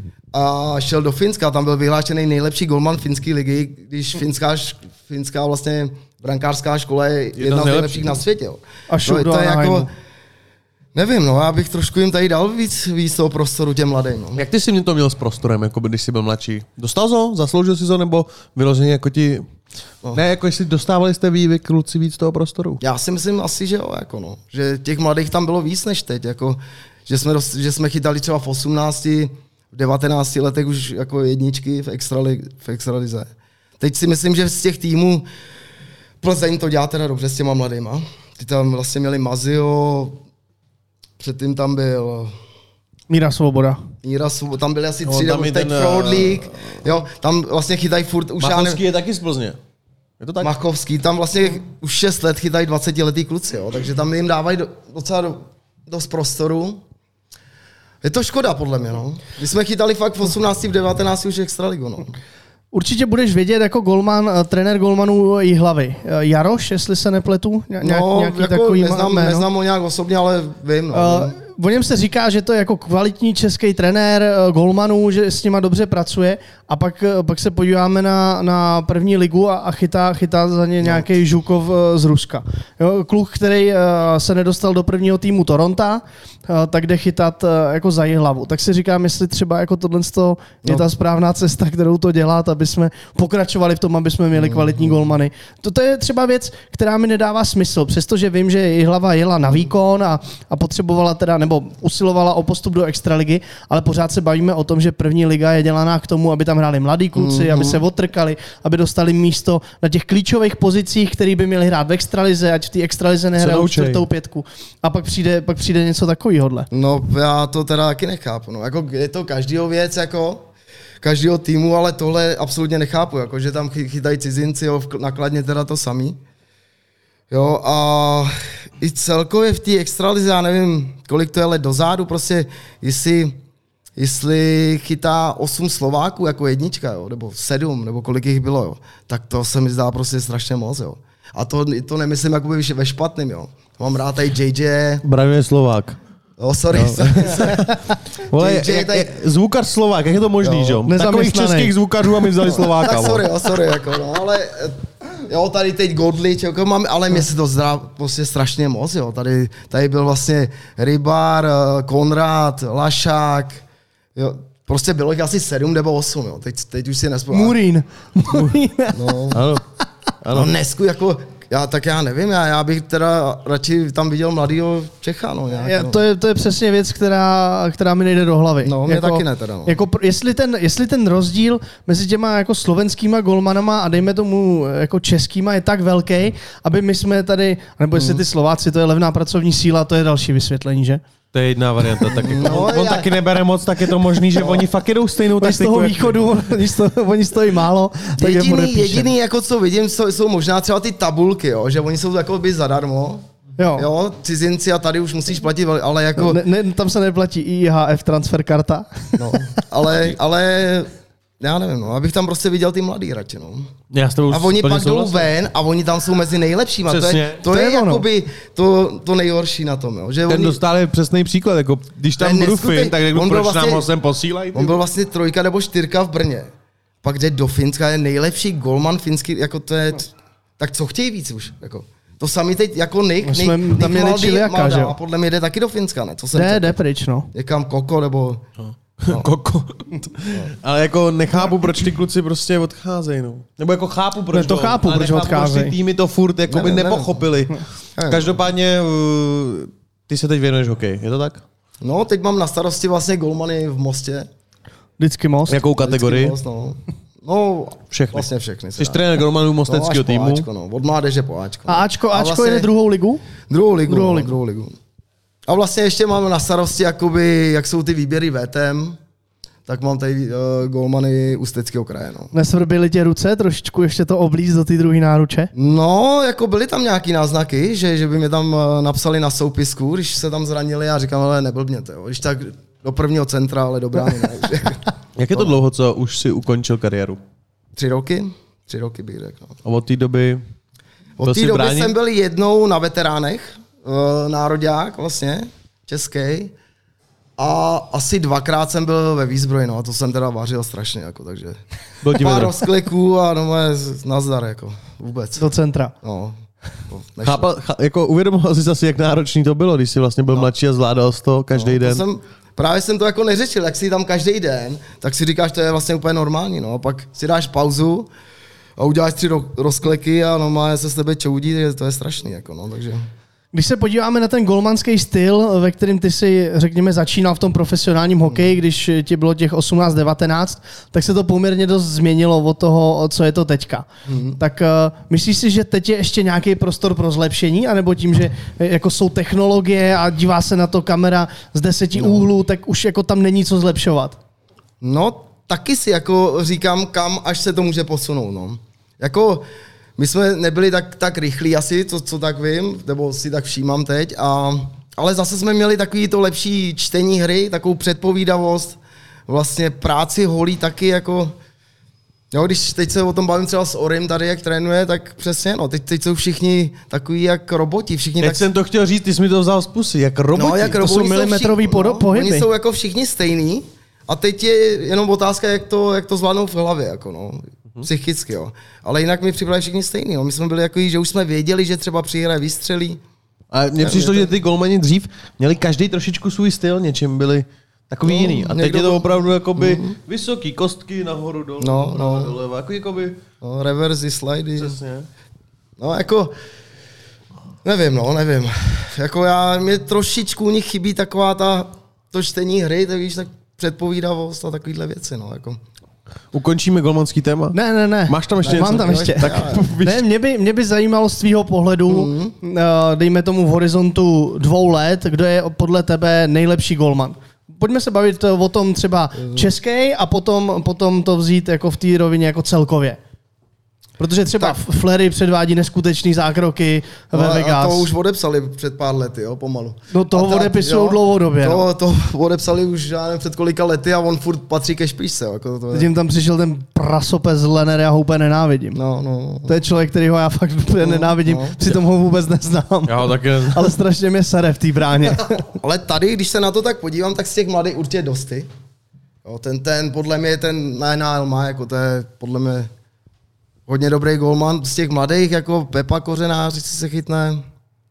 A šel do Finska, tam byl vyhlášený nejlepší golman finské ligy, když finská, finská vlastně brankářská škola je jedna z nejlepších na světě, jo. A to, to je jako... Nevím, no, já bych trošku jim tady dal víc, víc toho prostoru těm mladým. No. Jak ty jsi mě to měl s prostorem, jako když jsi byl mladší? Dostal jsi ho? Zasloužil jsi ho? Nebo vyloženě jako ti... No. Ne, jako jestli dostávali jste vy, vy kluci víc toho prostoru? Já si myslím asi, že jo, jako no. Že těch mladých tam bylo víc než teď, jako... Že jsme, dost, že jsme chytali třeba v osmnácti, v devatenácti letech už jako jedničky v, extrali, v extralize. Teď si myslím, že z těch týmů Plzeň to dělá teda dobře s těma mladýma. Ty tam vlastně měli Mazio, předtím tam byl... Míra Svoboda. Míra Svoboda, tam byly asi tři, nebo teď Fraud League, jo, tam vlastně chytají furt... Už Machovský je taky z Plzně. Je to tak? Machovský, tam vlastně už šest let chytají dvacetiletý kluci, jo, takže tam jim dávají do, docela do, dost prostoru. Je to škoda, podle mě, no. My jsme chytali fakt v osmnácti, v devatenácti už extraligu, no. Určitě budeš vědět jako golman, trenér golmanů Jihlavy. Jaroš, jestli se nepletu? Ně, no, nějaký jako takový neznám, neznám ho nějak osobně, ale vím. No. Uh, o něm se říká, že to je jako kvalitní český trenér golmanů, že s nima dobře pracuje a pak, pak se podíváme na, na první ligu a, a chytá, chytá za ně nějaký no. Žukov z Ruska. Jo, kluk, který uh, se nedostal do prvního týmu Toronta, uh, tak jde chytat uh, jako za Jihlavu. Tak si říkám, jestli třeba jako tohle no. je ta správná cesta, kterou to dělat, aby jsme pokračovali v tom, aby jsme měli kvalitní golmany. To, to je třeba věc, která mi nedává smysl, přestože vím, že Jihlava jela na výkon a, a potřebovala teda, nebo usilovala o postup do extraligy, ale pořád se bavíme o tom, že první liga je dělaná k tomu, aby tam hráli mladí kluci, mm-hmm. aby se otrkali, aby dostali místo na těch klíčových pozicích, který by měli hrát v extralize, ať v té extralize nehrajou čtvrtou pětku. A pak přijde, pak přijde něco takovýhodle. No já to teda taky nechápu. No. Jako je to každýho věc, jako každého týmu, ale tohle absolutně nechápu, jako, že tam chytají cizinci, jo, nakladně teda to samý. Jo, a i celkově v té extralize, já nevím, kolik to je let dozadu, prostě jestli, jestli chytá osm Slováků jako jednička, jo, nebo sedm, nebo kolik jich bylo, jo, tak to se mi zdá prostě strašně moc, jo. A to, to nemyslím jakoby ve špatným, jo. Mám rád tady J J. Braňo je Slovák. Oh, sorry, no. sorry, sorry. Vole, J J, jak, tady... zvukař Slovák, jak je to možný, že jo? Takových českých zvukařů a my vzali Slováka. Tak sorry, oh, sorry, jako no, ale jo, tady teď Godlič, jako mám, ale mě se to zdá prostě strašně moc, jo. Tady, tady byl vlastně Rybar, Konrad, Lašák, jo. Prostě bylo jich asi sedm nebo osm, jo. Teď, teď už si nespomínám. Murín. Murín. No, ano. Ano. No nesku, jako... Já, tak já nevím, já, já bych teda radši tam viděl mladýho Čecha, no, nějak, já, no. To, je, to je přesně věc, která, která mi nejde do hlavy. No, mě jako, taky ne teda, no. Jako, jestli, ten, jestli ten rozdíl mezi těma jako slovenskýma golmanama a dejme tomu jako českýma je tak velký, aby my jsme tady, nebo jestli ty Slováci, to je levná pracovní síla, to je další vysvětlení, že? To je jedna varianta. Tak jako No, on, on já- taky nebere moc, tak je to možný, že no. oni fakt jedou stejnou Tak z taktiku. toho jak- východu, když to, oni stojí málo, tak je Jediný, podepíšem. jediný, jako co vidím, jsou, jsou možná třeba ty tabulky, jo, že oni jsou jako by zadarmo. Jo. Jo, cizinci a tady už musíš platit, ale jako... Ne, ne, tam se neplatí I H F transfer karta. No, ale, ale já nevím, no, abych tam prostě viděl ty mladý radši, no. Já s tebou A oni plně pak jdou souhlasím. ven a oni tam jsou mezi nejlepšíma. To Přesně. je, to To je, je ono. jakoby to, to nejhorší na tom, jo. Že Ten oni, dostal je přesný příklad, jako když tam To je budu neskutek- fin, tak řeknu, on byl proč vlastně- nám ho sem posílají? on byl vlastně trojka nebo čtyřka v Brně. Pak jde do Finska, je nejlepší golman finský, jako to je... Tak co chtějí víc už, jako. To sami teď jako Nick, My Nick, jsme Nick tam měli Maldy- Čiliaka, Malda, že jo? a podle mě jde taky do Finska, ne? Co jsem Jde, četl? jde pryč, no. Někam Koko, nebo... No. Koko. Ale jako nechápu, proč ty kluci prostě odcházejí, no. Nebo jako chápu, proč Ne, to jdou, chápu, ale proč nechápu, odcházejí. ty týmy to furt jako by Nevím, nevím. nepochopili. Nevím. Každopádně uh, ty se teď věnuješ hokej, je to tak? No, teď mám na starosti vlastně golmany v Mostě. Vždycky most. Jakou kategorii? Vždycky Most, no. No, Všechny. vlastně všechny. Jsi trenér golmanů mosteckého no, týmu. Ačko, no. Od mládeže po Ačko. A Ačko, A Ačko vlastně- jde druhou ligu? Druhou ligu. Druhou no, ligu. Druhou ligu. A vlastně ještě mám na starosti, jakoby, jak jsou ty výběry V T M, tak mám tady uh, golmany Ústeckého kraje. No. Nesvrbily tě ruce trošičku ještě to oblíz do té druhé náruče? no, jako byly tam nějaký náznaky, že, že by mě tam uh, napsali na soupisku, když se tam zranili a říkám, ale neblbněte, jo. Když tak do prvního centra, ale do brány ne. že- Jak je to dlouho, co už si ukončil kariéru? Tři roky? Tři roky bych řekl. No. A od té doby Od byl té jsi v doby bráně? jsem byl jednou na veteránech, uh, nároďák vlastně, český. A asi dvakrát jsem byl ve výzbroji, no a to jsem teda vařil strašně, jako, takže Byl ti pár vedro. rozkliků a no moje nazdar, jako, vůbec. Do centra. No, to nešlo. Chápal, ch- jako uvědomoval jsi asi, jak náročný to bylo, když jsi vlastně byl no. mladší a zvládal jsi to každý no, den. To jsem, právě jsem to jako neřešil, jak si tam každý den, tak si říkáš, to je vlastně úplně normální, no, pak si dáš pauzu a uděláš tři ro- rozkliky a normálně se s tebe čoudí, to je strašný, jako, no, takže... Když se podíváme na ten golmanský styl, ve kterým ty si, řekněme, začínal v tom profesionálním hokeji, když ti bylo těch osmnáct devatenáct, tak se to poměrně dost změnilo od toho, co je to teďka. Mm. Tak uh, myslíš si, že teď je ještě nějaký prostor pro zlepšení, anebo tím, že jako jsou technologie a dívá se na to kamera z deseti no. úhlů, tak už jako tam není co zlepšovat? No, taky si jako říkám, kam až se to může posunout, no. Jako... My jsme nebyli tak, tak rychlí asi, co, co tak vím, nebo si tak všímám teď, a, ale zase jsme měli takový to lepší čtení hry, takovou předpovídavost, vlastně práci holí taky jako, jo, když teď se o tom bavím třeba s Orym tady, jak trénuje, tak přesně, no, teď, teď jsou všichni takový jak roboti, všichni Teď tak... jsem to chtěl říct, ty jsi mi to vzal z pusy, jak roboti. No, jak to roboti jsou milimetrový všichni, podo- pohyby. Oni jsou jako všichni stejný a teď je jenom otázka, jak to, jak to zvládnou v hlavě, jako no. Psychicky, jo. Ale jinak mi připadali všichni stejný. Jo. My jsme byli jako, že už jsme věděli, že třeba při hře vystřelí. A mně přišlo, že ty golmani dřív měli každý trošičku svůj styl, něčím byli takový No, jiný. A teď někdo je to byl- opravdu jakoby mm-hmm. vysoký, kostky nahoru, dolů, No, no. doleva, jako jakoby, No, reverzy, slidy. přesně. No, jako, nevím, no, nevím. Jako já, mě trošičku u nich chybí taková ta, to čtení hry, tak víš, tak předpovídavost a takovýhle věci, no, jako. Ukončíme golmanský téma? Ne, ne, ne. Máš tam ještě Mám něco? tam ještě. Tak, ne, mě by, mě by zajímalo z tvýho pohledu, mm. dejme tomu v horizontu dvou let, kdo je podle tebe nejlepší golman. Pojďme se bavit o tom třeba český a potom, potom to vzít jako v té rovině jako celkově. Protože třeba tak. Flery předvádí neskutečný zákroky No, ve a Vegas. to už odepsali před pár lety, jo, pomalu. No toho A ta- odepisují jo, dlouhodobě. No. To, to odepsali už, já nevím, před kolika lety a on furt patří ke špičce. Jako to je. Zatím tam přišel ten prasopec z Lenner, já ho úplně nenávidím. No, no. To je člověk, kterýho já fakt úplně No, nenávidím, no. přitom ho vůbec neznám. Já ho taky Ale strašně mě sere v té bráně. Ale tady, když se na to tak podívám, tak z těch mladých určitě dosty. Jo, ten, ten, podle mě, ten na N H L má, jako to je podle mě hodně dobrý golman. Z těch mladých, jako Pepa Kořenář, si se chytne.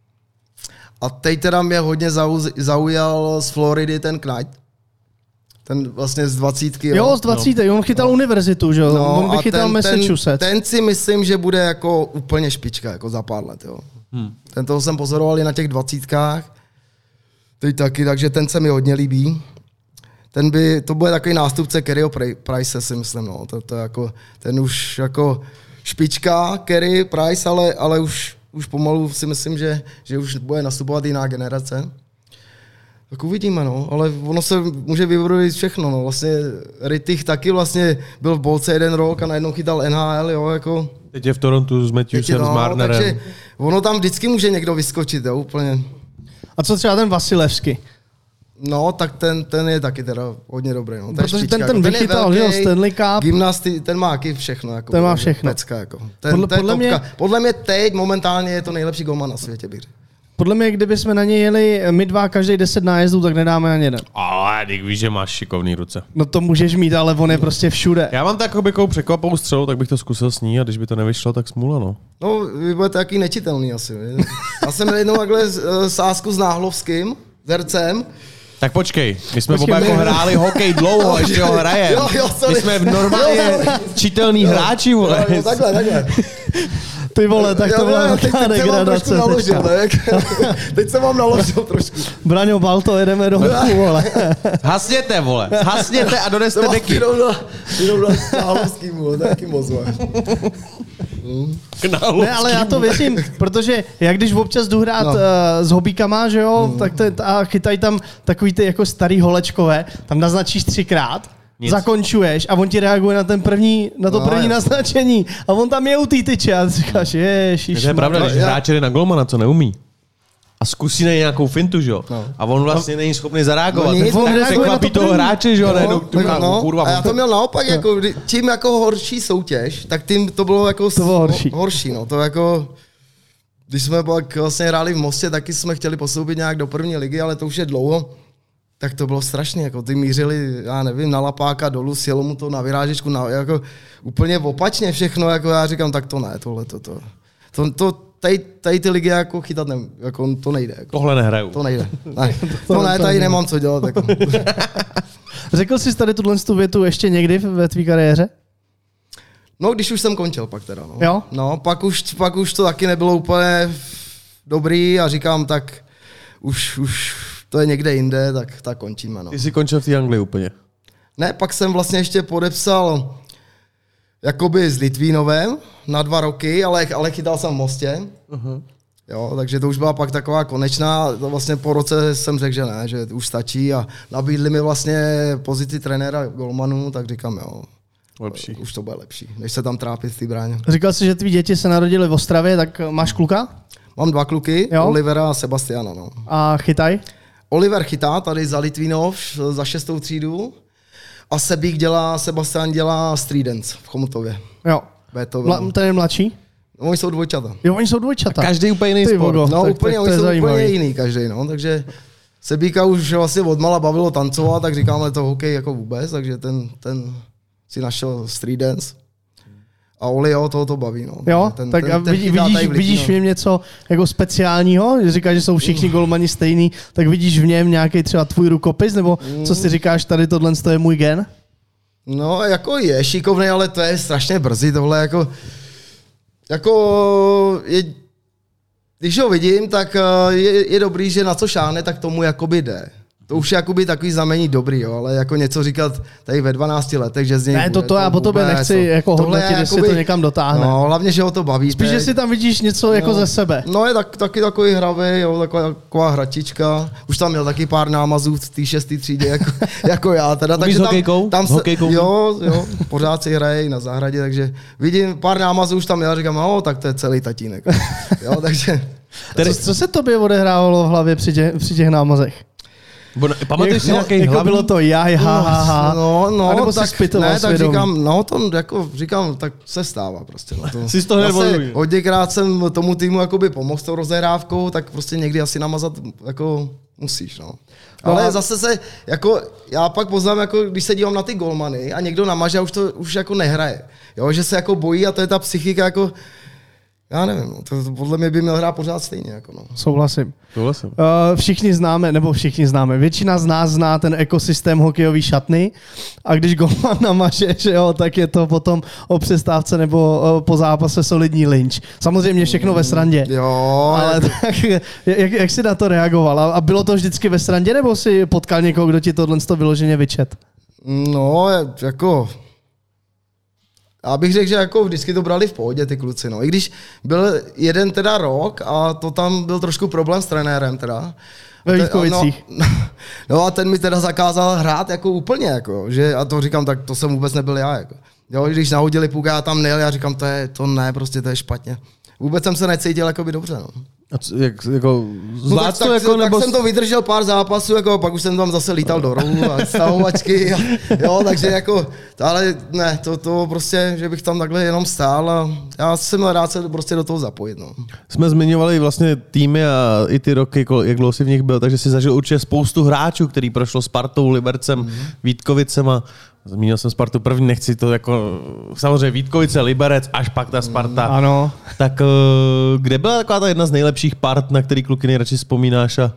A teď teda mě hodně zau, zaujal z Floridy ten Knight. Ten vlastně z dvacítky. Jo, Jo, z dvacítky, no. On chytal no. univerzitu, že jo? No, On by a chytal ten, Massachusetts. Ten, ten si myslím, že bude jako úplně špička, jako za pár let, jo. Hmm. Ten toho jsem pozoroval i na těch dvacítkách. Teď taky, takže ten se mi hodně líbí. Ten by, to bude takový nástupce Kerryho Price, si myslím, no. To, to jako, ten už jako špička, Kerry, Price, ale, ale už, už pomalu si myslím, že, že už bude nastupovat jiná generace. Tak uvidíme, no, ale ono se může vybrodit všechno, no, vlastně Rittich taky vlastně byl v Bolce jeden rok a najednou chytal N H L, jo, jako. Teď je v Torontu s Matthewsem, no, s Marnerem. Takže ono tam vždycky může někdo vyskočit, jo, úplně. A co třeba ten Vasilevský? No, tak ten, ten je taky teda hodně dobrý, no. Protože špička, ten, ten jako, vychytal, že jo, Stanley Cup. Gymnasty, ten má taky všechno, jako. Ten má všechno. Pecka, jako. Ten, podle, ten podle, mě, podle mě teď momentálně je to nejlepší golman na světě, bych řekl. Podle mě, kdyby jsme na něj jeli my dva každý deset nájezdů, tak nedáme ani jeden. Ale když víš, že máš šikovný ruce. No to můžeš mít, ale on je prostě všude. Já mám takovou překvapou střelu, tak bych to zkusil s ní a když by to nevyšlo, tak smůla, no. No, vy budete taky nečitelný asi. Já jsem jednou takhle sázku s Náhlovským, s hercem. Tak počkej, my jsme oba jako hráli hokej dlouho, ještě ho hrajem. Jo, jo, my jsme v normálně čitelný jo, hráči, vole. Jo, jo, takhle, takhle. Ty vole, tak to byla velká degradace. Naložil, teď jsem vám naložil trošku. Braňo, Balto, jedeme do hoku, vole. Hasněte, vole, hasněte a doneste deky. Jenom na Náhlovským, vole, taky moc, vole. Ne, ale já to věřím, protože jak když občas jdu hrát no. uh, s hobíkama, že jo, mm. tak to, a chytají tam takový ty jako starý holečkové, tam naznačíš třikrát, nic. Zakončuješ a on ti reaguje na ten první, na to no, první jasný. naznačení a on tam je u té tyče a ty říkáš, ježiš. To je pravda, když hráč jde na golmana, co neumí. A zkusí na nějakou fintu, že jo? No. A on vlastně není schopný zareagovat. No, on překvapí to toho hráče, že jo? No, no, no. Kurva, a já to měl naopak, no. jako, čím jako horší soutěž, tak tím to bylo jako to bylo horší. horší. No. To jako, když jsme pak vlastně hráli v Mostě, taky jsme chtěli postoupit nějak do první ligy, ale to už je dlouho. Tak to bylo strašné, jako ty mířili, já nevím, na lapáka dolů, sjelo mu to na vyrážečku, na, jako úplně opačně všechno, jako já říkám, tak to ne, tohle, to, to, to, to tady, tady ty ligy jako chytat, ne, jako to nejde. Jako. Tohle nehraju. To nejde. Ne, to, to ne, tady nemám co dělat. Jako. Řekl jsi tady tuhle větu ještě někdy ve tvý kariéře? No, když už jsem končil pak teda. No, jo? No, pak už, pak už to taky nebylo úplně dobrý a říkám, tak už, už to je někde jinde, tak, tak končíme. No. Ty jsi končil v té Anglii úplně? Ne, pak jsem vlastně ještě podepsal jakoby s Litvínovem na dva roky, ale, ale chytal jsem v Mostě. Uh-huh. Jo, takže to už byla pak taková konečná. To vlastně po roce jsem řekl, že ne, že už stačí a nabídli mi vlastně pozici trenéra golmanu, tak říkám, jo. Lepší. Už to bude lepší, než se tam trápit v té bráně. Říkal jsi, že tví děti se narodily v Ostravě, tak máš kluka? Mám dva kluky, jo? Olivera a Sebastiana. No. A chytaj? Oliver chytá tady za Litvínov, za šestou třídu. A Sebík dělá, Sebastian dělá street dance v Chomutově. Jo. Mla, ten je mladší? No, oni jsou dvojčata. Jo, oni jsou dvojčata. A každý úplně jiný sport. No, tak, úplně, tak oni jsou zajímavý. úplně jiný každý, no, takže Sebíka už vlastně odmala bavilo tancovat, tak říkáme to hokej jako vůbec, takže ten, ten si našel street dance. A Oli, jo, toho to baví, no. Jo, ten, tak ten, a ten vidí, vidíš, vidíš v něm něco jako speciálního? Když říkáš, že jsou všichni mm. golmani stejný, tak vidíš v něm nějaký třeba tvůj rukopis, nebo mm. co si říkáš, tady tohle je můj gen? No, jako je šikovný, ale to je strašně brzy, tohle jako, jako je, když ho vidím, tak je, je dobrý, že na co šáhne, tak tomu jakoby jde. To už je jakoby takový znamení dobrý, jo, ale jako něco říkat tady ve dvanácti letech, že z něj ne, to, to já po tobě nechci to, jako hodnotit, jestli to někam dotáhne. No, hlavně, že ho to baví. Spíš, že si tam vidíš něco jako no, ze sebe. No, je tak, taky takový hravý, jo, taková, taková hračička. Už tam měl taky pár námazů v té šestý třídě, jako, jako já. Teda, takže tam, hokejkou? Tam se, jo, jo, pořád si hraje na zahradě, takže vidím, pár námazů už tam měl, říkám, no, tak to je celý tatínek. Jo, takže... Tedy, co se tobě odehrávalo v hlavě při těch, při těch námazech? Pamatuješ si no, nějaký jako hlavní? bylo to jaj, ha, ha, ha. No, no, nebo tak, spitoval ne, tak svědomí. říkám, no to jako říkám, tak se stává prostě. No, to, Jsi z toho zase hodněkrát jsem tomu týmu jakoby pomohl s tou rozehrávkou, tak prostě někdy asi namazat jako musíš, no. Ale no, zase se, jako, já pak poznám, jako, když se dívám na ty golmany a někdo namaže a už to už jako nehraje. Jo, že se jako bojí a to je ta psychika jako, já nevím, no, to, to podle mě by měl hrát pořád stejně. Jako no. Souhlasím. Souhlasím. Uh, všichni známe, nebo všichni známe, většina z nás zná ten ekosystém hokejový šatny a když golman namaže, že jo, tak je to potom o přestávce nebo uh, po zápase solidní lynč. Samozřejmě všechno ve srandě. Jo. Ale tak, jak, jak jsi na to reagoval? A bylo to vždycky ve srandě, nebo jsi potkal někoho, kdo ti tohle vyloženě vyčet? No, jako... Já bych řekl, že jako vždycky to brali v pohodě ty kluci, no. I když byl jeden teda rok a to tam byl trošku problém s trenérem teda. Ve Vítkovicích. No, no a ten mi teda zakázal hrát jako úplně, jako, že, a to říkám, tak to jsem vůbec nebyl já. Jako. Jo, když nahodili puk, já tam nejel, já říkám, to, je, to ne, prostě to je špatně. Vůbec jsem se necítil jakoby dobře. No. A co, jak, jako, no, tak, to, jako, tak, nebo... tak jsem to vydržel pár zápasů, jako, pak už jsem tam zase lítal do rohu a stahovačky. A, jo, takže jako, ale ne, to, to prostě, že bych tam takhle jenom stál a já jsem rád se prostě do toho zapojit. No. Jsme zmiňovali vlastně týmy a i ty roky, jak dlouho jsi v nich byl, takže jsi zažil určitě spoustu hráčů, který prošlo Spartou, Libercem, mm-hmm. Vítkovicema. Zmínil jsem Spartu první, nechci to jako, samozřejmě Vítkovice, Liberec, až pak ta Sparta. Mm, ano. Tak kde byla taková ta jedna z nejlepších part, na který kluky nejradši vzpomínáš a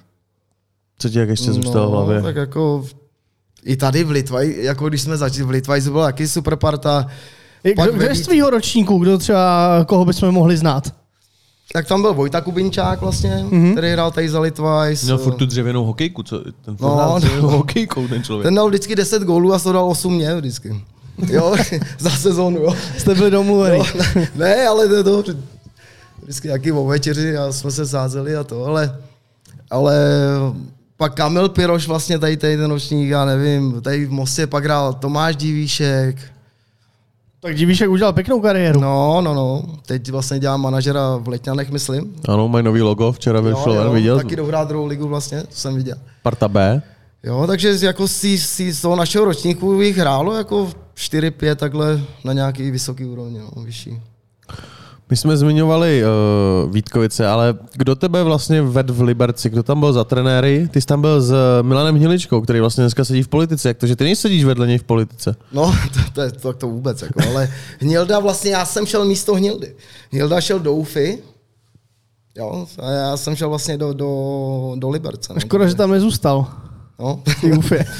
co ti jak ještě zůstalo v hlavě? Tak jako i tady v Litvaj, jako když jsme začali v Litvaj, to byla taky super parta. Kdo, kdo je z tvýho ročníku, kdo třeba, koho bychom mohli znát? Tak tam byl Vojta Kubinčák vlastně, mm-hmm. který hrál tady za Litvaj. Měl furt tu dřevěnou hokejku, co? Ten no, hrál dřevěnou no. hokejkou, ten člověk. Ten dal vždycky deset gólů a to dal osm mě vždycky. Jo, za sezónu, jo. Jste byli domluveni. Ne, ne, ale to, to vždycky nějaký o večeři a jsme se sázeli a to, ale, ale pak Kamil Piroš vlastně tady, tady ten ročník, já nevím, tady v Mostě pak hrál Tomáš Divíšek. Tak Divíšek udělal pěknou kariéru. No, no, no. Teď vlastně dělám manažera v Letňanech, myslím. Ano, mají nový logo, včera vyšlo, viděl. Taky dohrál druhou ligu vlastně, to jsem viděl. Parta B. Jo, takže jako si, si z toho našeho ročníku jich hrálo jako čtyři pět takhle na nějaký vysoký úrovni, no, vyšší. My jsme zmiňovali uh, Vítkovice, ale kdo tebe vlastně vedl v Liberci? Kdo tam byl za trenéry? Ty jsi tam byl s Milanem Hniličkou, který vlastně dneska sedí v politice. Jak to, že ty nejsedíš vedle něj v politice? No, to, to je to, to vůbec, jako, ale Hnilda vlastně, já jsem šel místo Hnildy. Hnilda šel do U F I, jo, a já jsem šel vlastně do, do, do Liberce. No. Škoda, že tam nezůstal. No. U F I.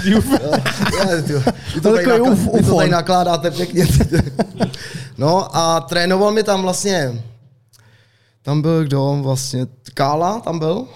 Vy to tady, nakl- uf, to tady nakládáte pěkně. No a trénoval mi tam vlastně, tam byl kdo vlastně, Kála tam byl,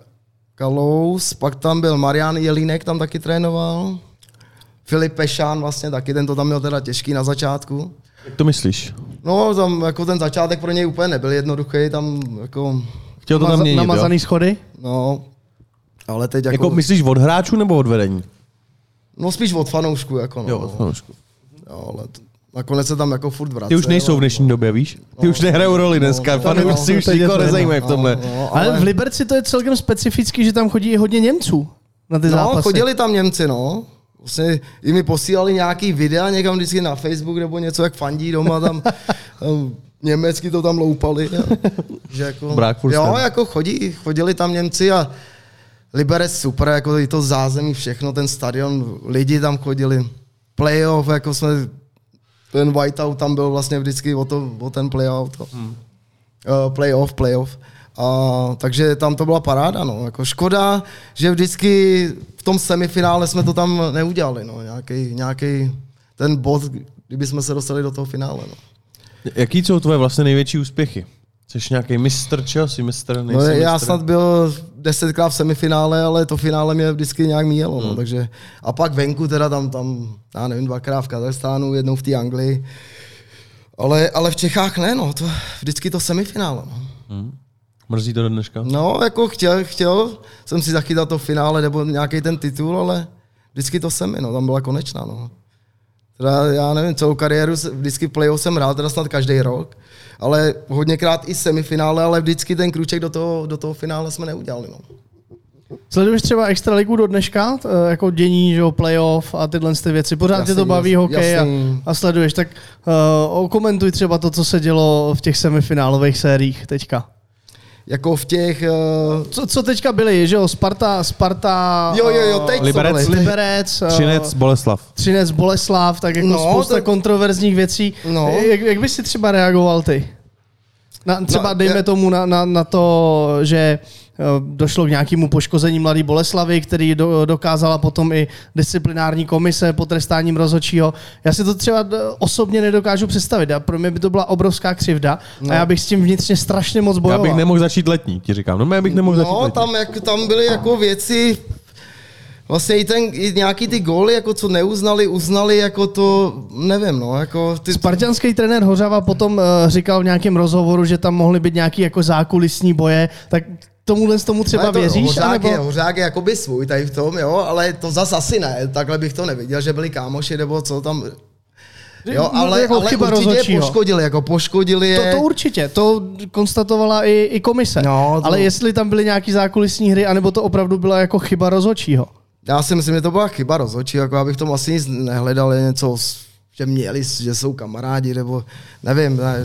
Kalous, pak tam byl Marian Jelínek, tam taky trénoval, Filip Pešán vlastně taky, ten to tam měl teda těžký na začátku. Jak to myslíš? No tam jako ten začátek pro něj úplně nebyl jednoduchý, tam jako... Chtěl to tam měnit, namazaný jo? schody? No, ale teď jako... Jako myslíš od hráčů nebo od vedení? No spíš od fanoušku, jako no. Jo, od fanoušku. Jo, ale t- nakonec se tam jako furt vrací. Ty už nejsou v dnešní době, víš? Ty no, už nehrajou roli dneska, no, fanoušci no, už nikoho nezajímají v tomhle. No, no, ale... ale v Liberci to je celkem specifický, že tam chodí hodně Němců na ty no, zápasy. No, chodili tam Němci, no. Vlastně i mi posílali nějaký videa někam vždycky na Facebook nebo něco, jak fandí doma tam. tam německy to tam loupali. Že jako, jo, jako chodí, chodili tam Němci a Liberec super, jako i to zázemí, všechno, ten stadion, lidi tam chodili, playoff, jako jsme, ten whiteout tam byl vlastně vždycky o, to, o ten playout, hmm. uh, playoff, playoff. A, takže tam to byla paráda, no, jako škoda, že vždycky v tom semifinále jsme to tam neudělali, no, nějaký, nějaký ten bod, kdyby jsme se dostali do toho finále, no. Jaký jsou tvoje vlastně největší úspěchy? Jsi nějaký mistr, čeho jsi mistr? No, já mistr? Snad byl desetkrát v semifinále, ale to finále mě vždycky nějak míjelo. Hmm. No, takže, a pak venku teda tam, tam, já nevím, dvakrát v Kazachstánu, jednou v té Anglii. Ale, ale v Čechách ne, no, to, vždycky to semifinále. No. Hmm. Mrzí to do dneška? No, jako chtěl, chtěl jsem si zachytat to finále nebo nějaký ten titul, ale vždycky to semi, no, tam byla konečná. No. Teda, já nevím, celou kariéru vždycky playoff jsem hrál, teda snad každý rok, ale hodněkrát i semifinále, ale vždycky ten krůček do toho, do toho finále jsme neudělali. No. Sleduješ třeba extraligu do dneška, jako dění, že, playoff a tyhle ty věci? Pořád jasný, tě to baví hokej a, a sleduješ, tak uh, komentuj třeba to, co se dělo v těch semifinálových sériích teďka. Jako v těch... Uh... Co, co teďka byly, že jo? Sparta, Sparta... Jo, jo, jo, teď Liberec, Liberec Třinec, Boleslav. Třinec, Boleslav, tak jako no, spousta to... kontroverzních věcí. No. Jak, jak bys si třeba reagoval ty? Na, třeba no, dejme je... tomu na, na, na to, že došlo k nějakému poškození mladý Boleslavy, který do, dokázala potom i disciplinární komise potrestáním rozhodčího. Já si to třeba osobně nedokážu představit. A pro mě by to byla obrovská křivda no. A já bych s tím vnitřně strašně moc bojoval. Já bych nemohl začít letní, ti říkám. No, já bych nemohl no, začít letní. Tam, jak, tam byly jako věci, vlastně i, ten, i nějaký ty góly, jako co neuznali, uznali, jako to, nevím, no, jako... Ty... Spartanský trenér Hořava potom uh, říkal v nějakém rozhovoru, že tam mohly být nějaký jako zákulisní boje, tak tomuhle tomu třeba to, věříš? Hořák, anebo... je, hořák je jakoby svůj tady v tom, jo, ale to zas asi ne, takhle bych to neviděl, že byli kámoši nebo co tam... Jo, ale, jako ale určitě je poškodili, jako poškodili je... To, to určitě, to konstatovala i, i komise. No, to... Ale jestli tam byly nějaký zákulisní hry, anebo to opravdu byla jako chyba rozhodčího? Já si myslím, že to byla chyba rozhodčího, jako abych tomu asi nic nehledal, něco, že měli, že jsou kamarádi, nebo nevím. Ne.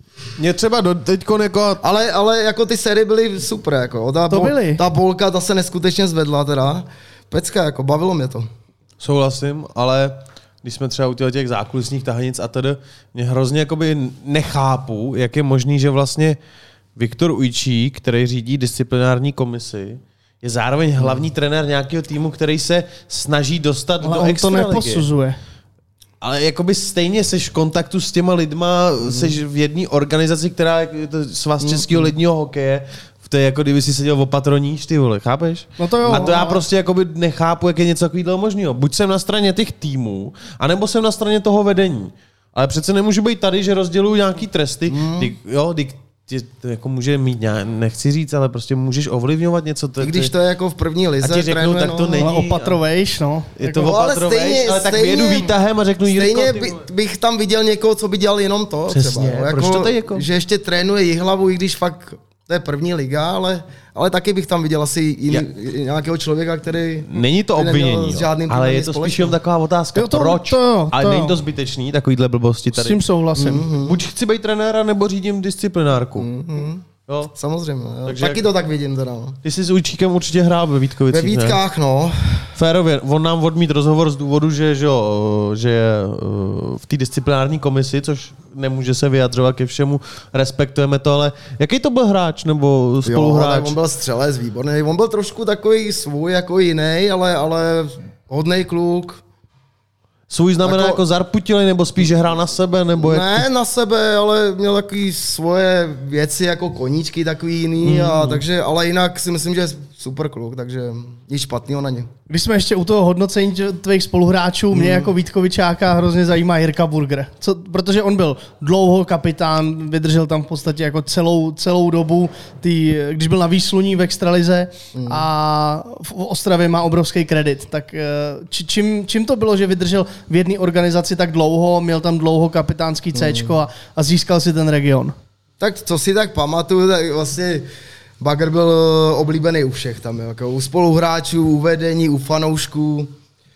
Mě třeba do teďkon jako... Ale, ale jako ty série byly super, jako. Ta, to bol, byly. Ta bolka, ta se neskutečně zvedla teda. Pecka, jako bavilo mě to. Souhlasím, ale... Když jsme třeba u těch zákulisních tahanic a tedy, mě hrozně jakoby nechápu, jak je možný, že vlastně Viktor Ujčík, který řídí disciplinární komisi, je zároveň hlavní hmm. trenér nějakého týmu, který se snaží dostat ale do on extraligy. To neposuzuje. Ale jakoby stejně seš v kontaktu s těma lidma, hmm. seš v jedné organizaci, která je svaz hmm. českého ledního hokeje. To je jako kdyby si seděl v opatroníš, ty vole, chápeš? No to jo, a to já ale... prostě jakoby nechápu, jak je něco takového možného. Buď jsem na straně těch týmů, anebo jsem na straně toho vedení. Ale přece nemůžu být tady, že rozděluju nějaký tresty. Mm. Dy, jo, dy, tě, to jako může mít, nechci říct, ale prostě můžeš ovlivňovat něco. To, I když to je jako v první lize. A ti řeknu, trénuje, tak to no, není. Ale opatrovejš, no. Je jako, to no, opatrovejš, ale, stejně, ale tak stejně, vyjedu výtahem a řeknu Jirko. Stejně by, bych tam viděl někoho, co by dělal jenom to. Přesně, třeba, proč jako, to tady jako? Že ještě trénuje Jihlavu, i když fakt to je první liga, ale, ale taky bych tam viděl asi jiný, ja. nějakého člověka, který... Není to obvinění, ale je to spíš jenom taková otázka, jo, to, proč? To, to, ale to, není to zbytečný, takovýhle blbosti tady. S tím souhlasím. Mm-hmm. Buď chci být trenéra, nebo řídím disciplinárku. Mm-hmm. Jo? Samozřejmě, jo. Takže taky jak... to tak vidím teda. No. Ty jsi s Ujčíkem určitě hrál ve Vítkovicích, Ve Vítkách, ne? no. Férově, on nám odmít rozhovor z důvodu, že, že, že je v té disciplinární komisi, což nemůže se vyjadřovat ke všemu, respektujeme to, ale jaký to byl hráč nebo spoluhráč? Jo, on byl střelec, výborný. On byl trošku takový svůj, jako jiný, ale, ale hodnej kluk. Svůj znamená jako, jako zarputilej, nebo spíš, že hrál na sebe? Nebo ne, jak... na sebe, ale měl takový svoje věci, jako koníčky takový jiný, mm. a takže, ale jinak si myslím, že je super kluk, takže nic špatného na ně. Když jsme ještě u toho hodnocení tvých spoluhráčů, mě mm. jako Vítkovičáka hrozně zajímá Jirka Burger. Co, protože on byl dlouho kapitán, vydržel tam v podstatě jako celou, celou dobu, tý, když byl na výsluní v extralize mm. a v Ostravě má obrovský kredit. Tak či, čím, čím to bylo, že vydržel v jedné organizaci tak dlouho, měl tam dlouho kapitánský Cčko a, a získal si ten region? Tak co si tak pamatuju, tak vlastně Bagr byl oblíbený u všech tam, jako u spoluhráčů, u vedení, u fanoušků.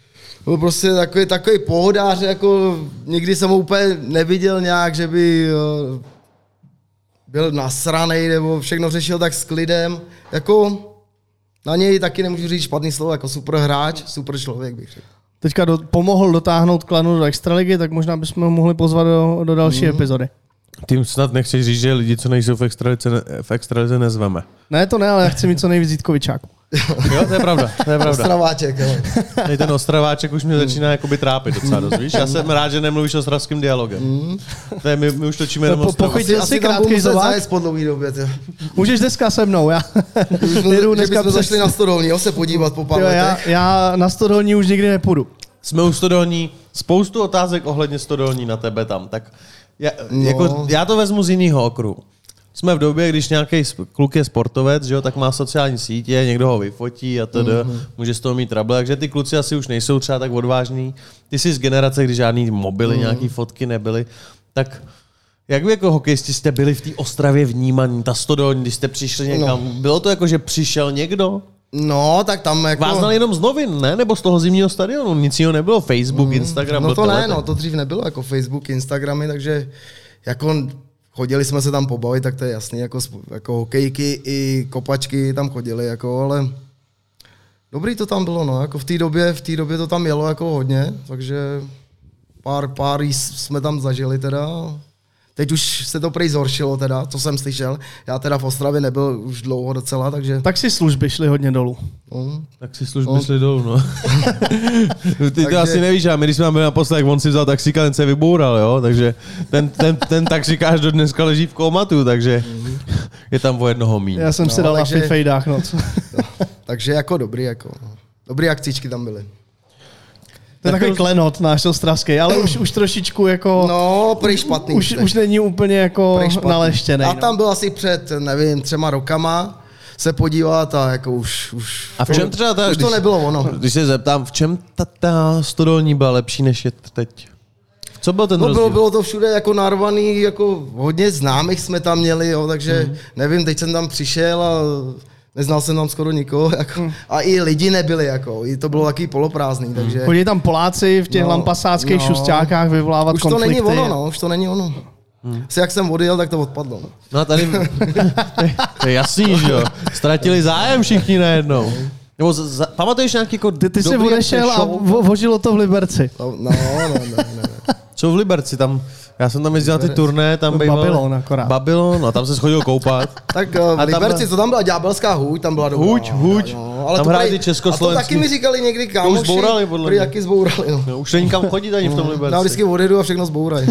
Byl prostě takový, takový pohodář, jako nikdy jsem ho úplně neviděl nějak, že by byl nasranej nebo všechno řešil tak s klidem. Jako na něj taky nemůžu říct špatný slovo, jako super hráč, super člověk bych řekl. Teďka do, pomohl dotáhnout Klanu do extraligy, tak možná bychom ho mohli pozvat do, do další mm. epizody. Tím snad nechceš říct, že lidi, co nejsou v extralize, v extralize nezveme. Ne, to ne, ale já chci mít co nejvíc Vítkovičáků. Jo, to je pravda, to je pravda. Ostraváček, jo. Tady ten Ostraváček už mě začíná jakoby trápit docela dost, víš? Já jsem rád, že nemluvíš ostravským dialogem. Mm. To je, my, my už točíme jenom Ostravu. Asi, asi krátkej zovák. Po dlouhý době, tě. Můžeš dneska se mnou, já. Jdu dneska bychom zašli na Stodolní, jo, se podívat po pár letech. Já, já na Stodolní už nikdy nepůjdu. Jsme u Stodolní, spoustu otázek ohledně Stodolní na tebe tam, tak já, no. jako, já to vezmu z jiného okruhu. Jsme v době, když nějaký kluk je sportovec, že jo, tak má sociální sítě, někdo ho vyfotí a tedy, mm-hmm. může z toho mít trouble, takže ty kluci asi už nejsou třeba tak odvážní. Ty jsi z generace, kdy žádný mobily, mm. nějaký fotky nebyly, tak jak vy jako hokejisti jste byli v té Ostravě vnímaní, ta Stodolní, když jste přišli někam, no. Bylo to jako, že přišel někdo? No, tak tam jako... Vás znali jenom z novin, ne? Nebo z toho zimního stadionu? Nic jiného nebylo, Facebook, mm. Instagram. No to ne, no, to dřív nebylo jako Facebook, Instagramy, takže jako... Chodili jsme se tam pobavit, tak to je jasný, jako, jako hokejky i kopačky tam chodili, jako, ale dobrý to tam bylo, no, jako v té době, v té době to tam jelo jako hodně, takže pár, pár jsme tam zažili teda. Teď už se to prej zhoršilo teda, co jsem slyšel. Já teda v Ostravě nebyl už dlouho docela, takže... Tak si služby šly hodně dolů. No. Tak si služby no. šly dolů, no. Ty takže... to asi nevíš, a my když jsme byli naposled, on si vzal taxíka, ten se vyboural, jo, takže ten, ten, ten taxikář do dneska leží v komatu, takže je tam o jednoho míň. Já jsem no, si dal takže... na fifejdách noc. no, takže jako dobrý, jako... Dobrý akcičky tam byly. To je takový klenot náš ostravský, ale už, už trošičku jako... No, prej špatný. Už, už není úplně jako naleštěný. A no. tam byl asi před, nevím, třema rokama, se podívat a jako už... už a v čem třeba ta, už to nebylo ono. Když se zeptám, v čem ta, ta stodolní byla lepší než je teď? Co byl ten no, rozdíl? Bylo, bylo to všude jako narvaný, jako hodně známých jsme tam měli, jo, takže mm. nevím, teď jsem tam přišel a neznal jsem tam skoro nikoho, jako, mm. a i lidi nebyli, jako, i to bylo takový poloprázdný, takže... Chodí tam Poláci v těch no, lampasáckých no, šustákách vyvolávat už konflikty. Už to není ono, no, už to není ono. Hmm. Asi jak jsem odjel, tak to odpadlo. No, no a tady, to je jasný, že jo, ztratili zájem všichni najednou. Nebo z, z, pamatuješ nějaký jako Ty, ty jsi odešel a vo, vožilo to v Liberci. No, no, no, no, no. Co v Liberci? Tam, já jsem tam jezdil na ty turné, tam býval... Babylon akorát. Babylon, no tam se schodil koupat. Tak uh, v Liberci, tam, co tam byla ďábelská hůť, tam byla dobrá. Hůť, hůť, no, ale tam hráli československý. A to taky mi říkali někdy kámoši, už zbourali, podle mě. Taky zbourali, no. no. Už není kam chodit ani v tom Liberci. Já vždycky odjedu a všechno zbourají.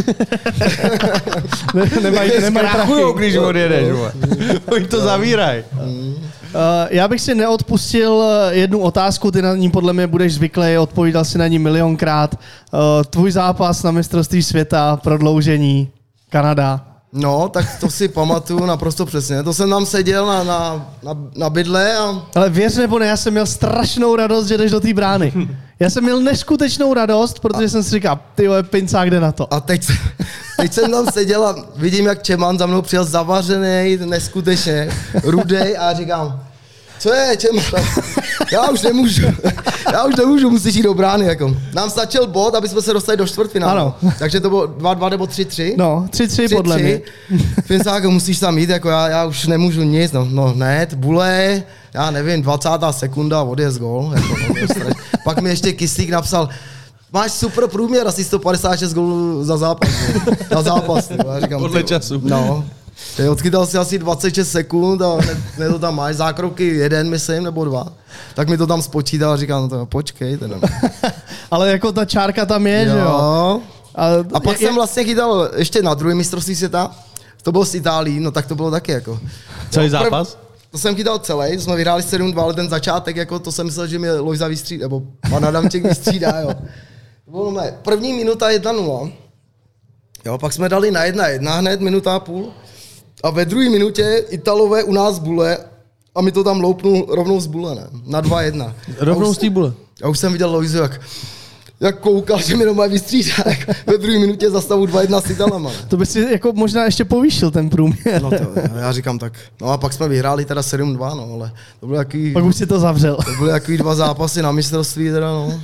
ne, nemají nemají prachy. Když odjedeš, oni to zavírají. Uh, já bych si neodpustil jednu otázku, ty na ní podle mě budeš zvyklý, odpovídal si na ní milionkrát. Uh, tvůj zápas na mistrovství světa, prodloužení, Kanada. No, tak to si pamatuju naprosto přesně. To jsem tam seděl na, na, na, na bydle a... Ale věř nebo ne, já jsem měl strašnou radost, že jdeš do té brány. Já jsem měl neskutečnou radost, protože a... jsem si říkal, ty vole, pincák jde na to. A teď, teď jsem tam seděl a vidím, jak Čeman za mnou přijel zavařený, neskutečně, rudej a říkám, co je, Čeman? Já už nemůžu, já už nemůžu, musíš jít do brány, jako. Nám stačil bod, aby jsme se dostali do čtvrtfinále. Ano. Takže to bylo dva dva nebo tři tři. No, tři tři podle mě. Pincáku, musíš tam jít, jako já, já už nemůžu nic, no, no ne, bule, já nevím, dvacátá sekunda, odjezd gól. Jako, no, pak mi ještě Kyslík napsal, máš super průměr, asi sto padesát šest gólů za zápas, za zápas. Já říkám, podle času. No. Ty odchytal si asi dvacet šest sekund a ne, ne to tam máš, zákroky jeden, myslím, nebo dva. Tak mi to tam spočítal a říkám, no to počkej. Teda. Ale jako ta čárka tam je, jo. že jo? A, a pak je, jsem vlastně chytal ještě na druhé mistrovství světa, to bylo s Itálií, no tak to bylo taky jako. Celý zápas? To jsem chytal celý, to jsme vyhráli sedm dva, ale ten začátek, jako to jsem myslel, že mě Lojza vystřídá, nebo pan Adamček vystřídá, jo. To bylo mé první minuta jedna nula, jo, pak jsme dali na jedna jedna hned, minuta a půl. A ve druhé minutě Italové u nás bule a mi to tam loupnul rovnou z bule, ne? Na dva jedna. Rovnou z té bule? Já už jsem viděl Lojzu, jak, jak koukal, že mi doma vystřídá, jak ve druhé minutě zastavu dva jedna s Italama. Ne? To by si jako možná ještě povýšil ten průměr. No to, já říkám tak. No a pak jsme vyhráli teda sedm dva, no, ale to bylo jaký... Pak už si to zavřel. To byly jaký dva zápasy na mistrovství teda, no.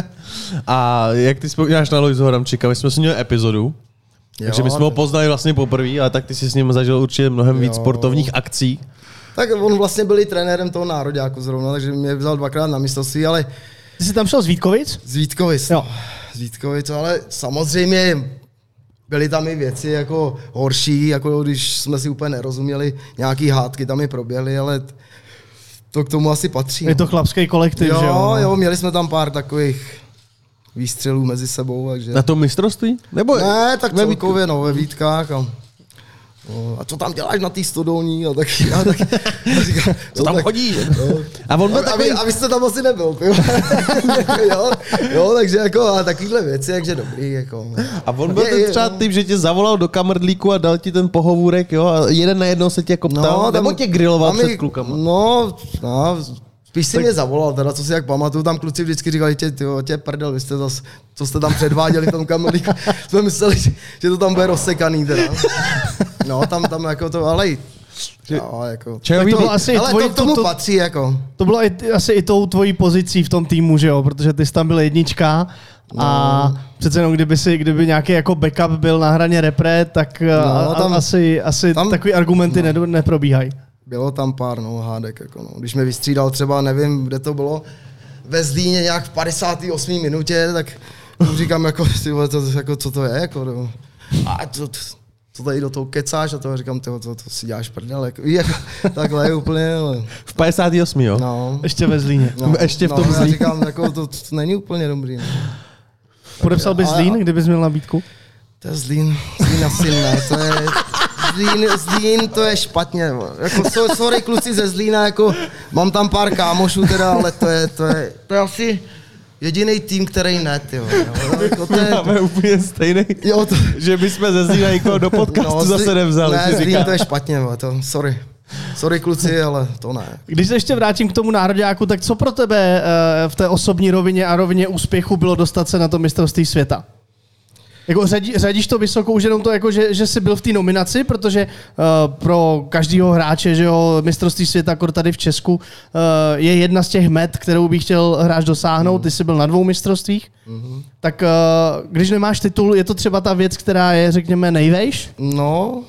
A jak ty vzpomínáš na Lojzu Adamčíka? My jsme si měli epizodu. Jo, takže my jsme ho poznali vlastně poprvé, ale tak ty jsi s ním zažil určitě mnohem jo. víc sportovních akcí. Tak on vlastně byl i trenérem toho nároďáku zrovna, takže mě vzal dvakrát na mistrovství, ale... Ty jsi tam šel z Vítkovic? Z Vítkovic, jo. Z Vítkovic, ale samozřejmě byly tam i věci jako horší, jako když jsme si úplně nerozuměli, nějaký hádky tam i proběhly, ale to k tomu asi patří. Je to chlapský kolektiv, jo, že jo? Jo, měli jsme tam pár takových výstřelů mezi sebou. Takže... Na tom mistrovství? Nebo ne, tak celkově, no, ve Vítkách. A, no, a co tam děláš na té stodolní? A tak, a tak, a říkám, co tam tak, chodí? No. A, on byl a, takový... a vy jste tam asi nebyl, jo, jo, takže jako a takovýhle věci, takže dobrý. Jako. A on byl je, ten třeba typ, že tě zavolal do kamrdlíku a dal ti ten pohovůrek, jo? A jeden na jednou se tě jako ptal, no, tam, nebo tě griloval před klukama? No, no, spíš si tak... mě zavolal, teda co si jak pamatuju, tam kluci vždycky říkali, tě, tyjo, tě prdel, vy jste zas, co jste tam předváděli v tom kamrlíku, jsme mysleli, že to tam bude rozsekaný teda. No, tam, tam jako to, ale no, jako, tak to bylo asi ale tvojí, to k tomu to, patří, jako. To bylo i, asi i tou tvojí pozicí v tom týmu, že jo, protože ty jsi tam byl jednička a no. Přece jenom kdyby, si, kdyby nějaký jako backup byl na hraně repre, tak no, tam, asi, asi tam, takový argumenty no. ne, neprobíhají. Bylo tam pár no, hádek, jako no. Když mě vystřídal třeba, nevím, kde to bylo, ve Zlíně nějak v padesáté osmé minutě, tak říkám, jako, ty vole, to, jako, co to je, jako, no. A to, co tady do toho kecáš a to říkám, tyho, to, to si děláš prdel, jako, jako takhle úplně, ale... V padesáté osmé jo? No. Ještě ve Zlíně. No, Ještě v tom no, Zlíně. Já říkám, jako, to, to není úplně dobrý. No. Podepsal bys Zlín, a... kdybys měl nabídku? To je Zlín, Zlín asi ne, to je... Zlín, Zlín, to je špatně. Jako, sorry kluci ze Zlína, jako, mám tam pár kámošů teda, ale to je, to je, to je asi jediný tým, který ne, tyjo. Jako, to je, máme úplně stejný, jo, to, že bychom ze Zlína někoho do podcastu no, zase nevzali. Ne, Zlín to je špatně, to, sorry. Sorry kluci, ale to ne. Když se ještě vrátím k tomu nároďáku, tak co pro tebe v té osobní rovině a rovině úspěchu bylo dostat se na to mistrovství světa? Jako řadí, řadíš to vysoko už jenom to, jako že, že jsi byl v té nominaci, protože uh, pro každého hráče, že jo, mistrovství světa, jako tady v Česku, uh, je jedna z těch met, kterou bych chtěl hráč dosáhnout. Ty jsi byl na dvou mistrovstvích. Mm-hmm. Tak uh, když nemáš titul, je to třeba ta věc, která je, řekněme, nejvejš? No,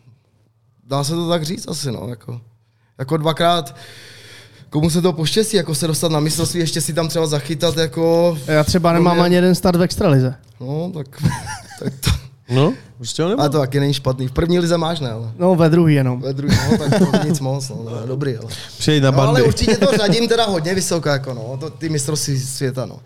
dá se to tak říct asi, no. Jako, jako dvakrát... Komu se to poštěstí, jako se dostat na mistrovství, ještě si tam třeba zachytat, jako... Já třeba nemám mě... ani jeden start v extralize. No, tak... tak to... No, prostě ho nemám. Ale to taky není špatný. V první lize máš, ne, ale... No, ve druhý jenom. Ve druhý, no, tak to nic moc, no, no dobrý, ale... Přejď na no, bandy. ale určitě to řadím teda hodně vysoko, jako no, to, ty mistrovství světa, no.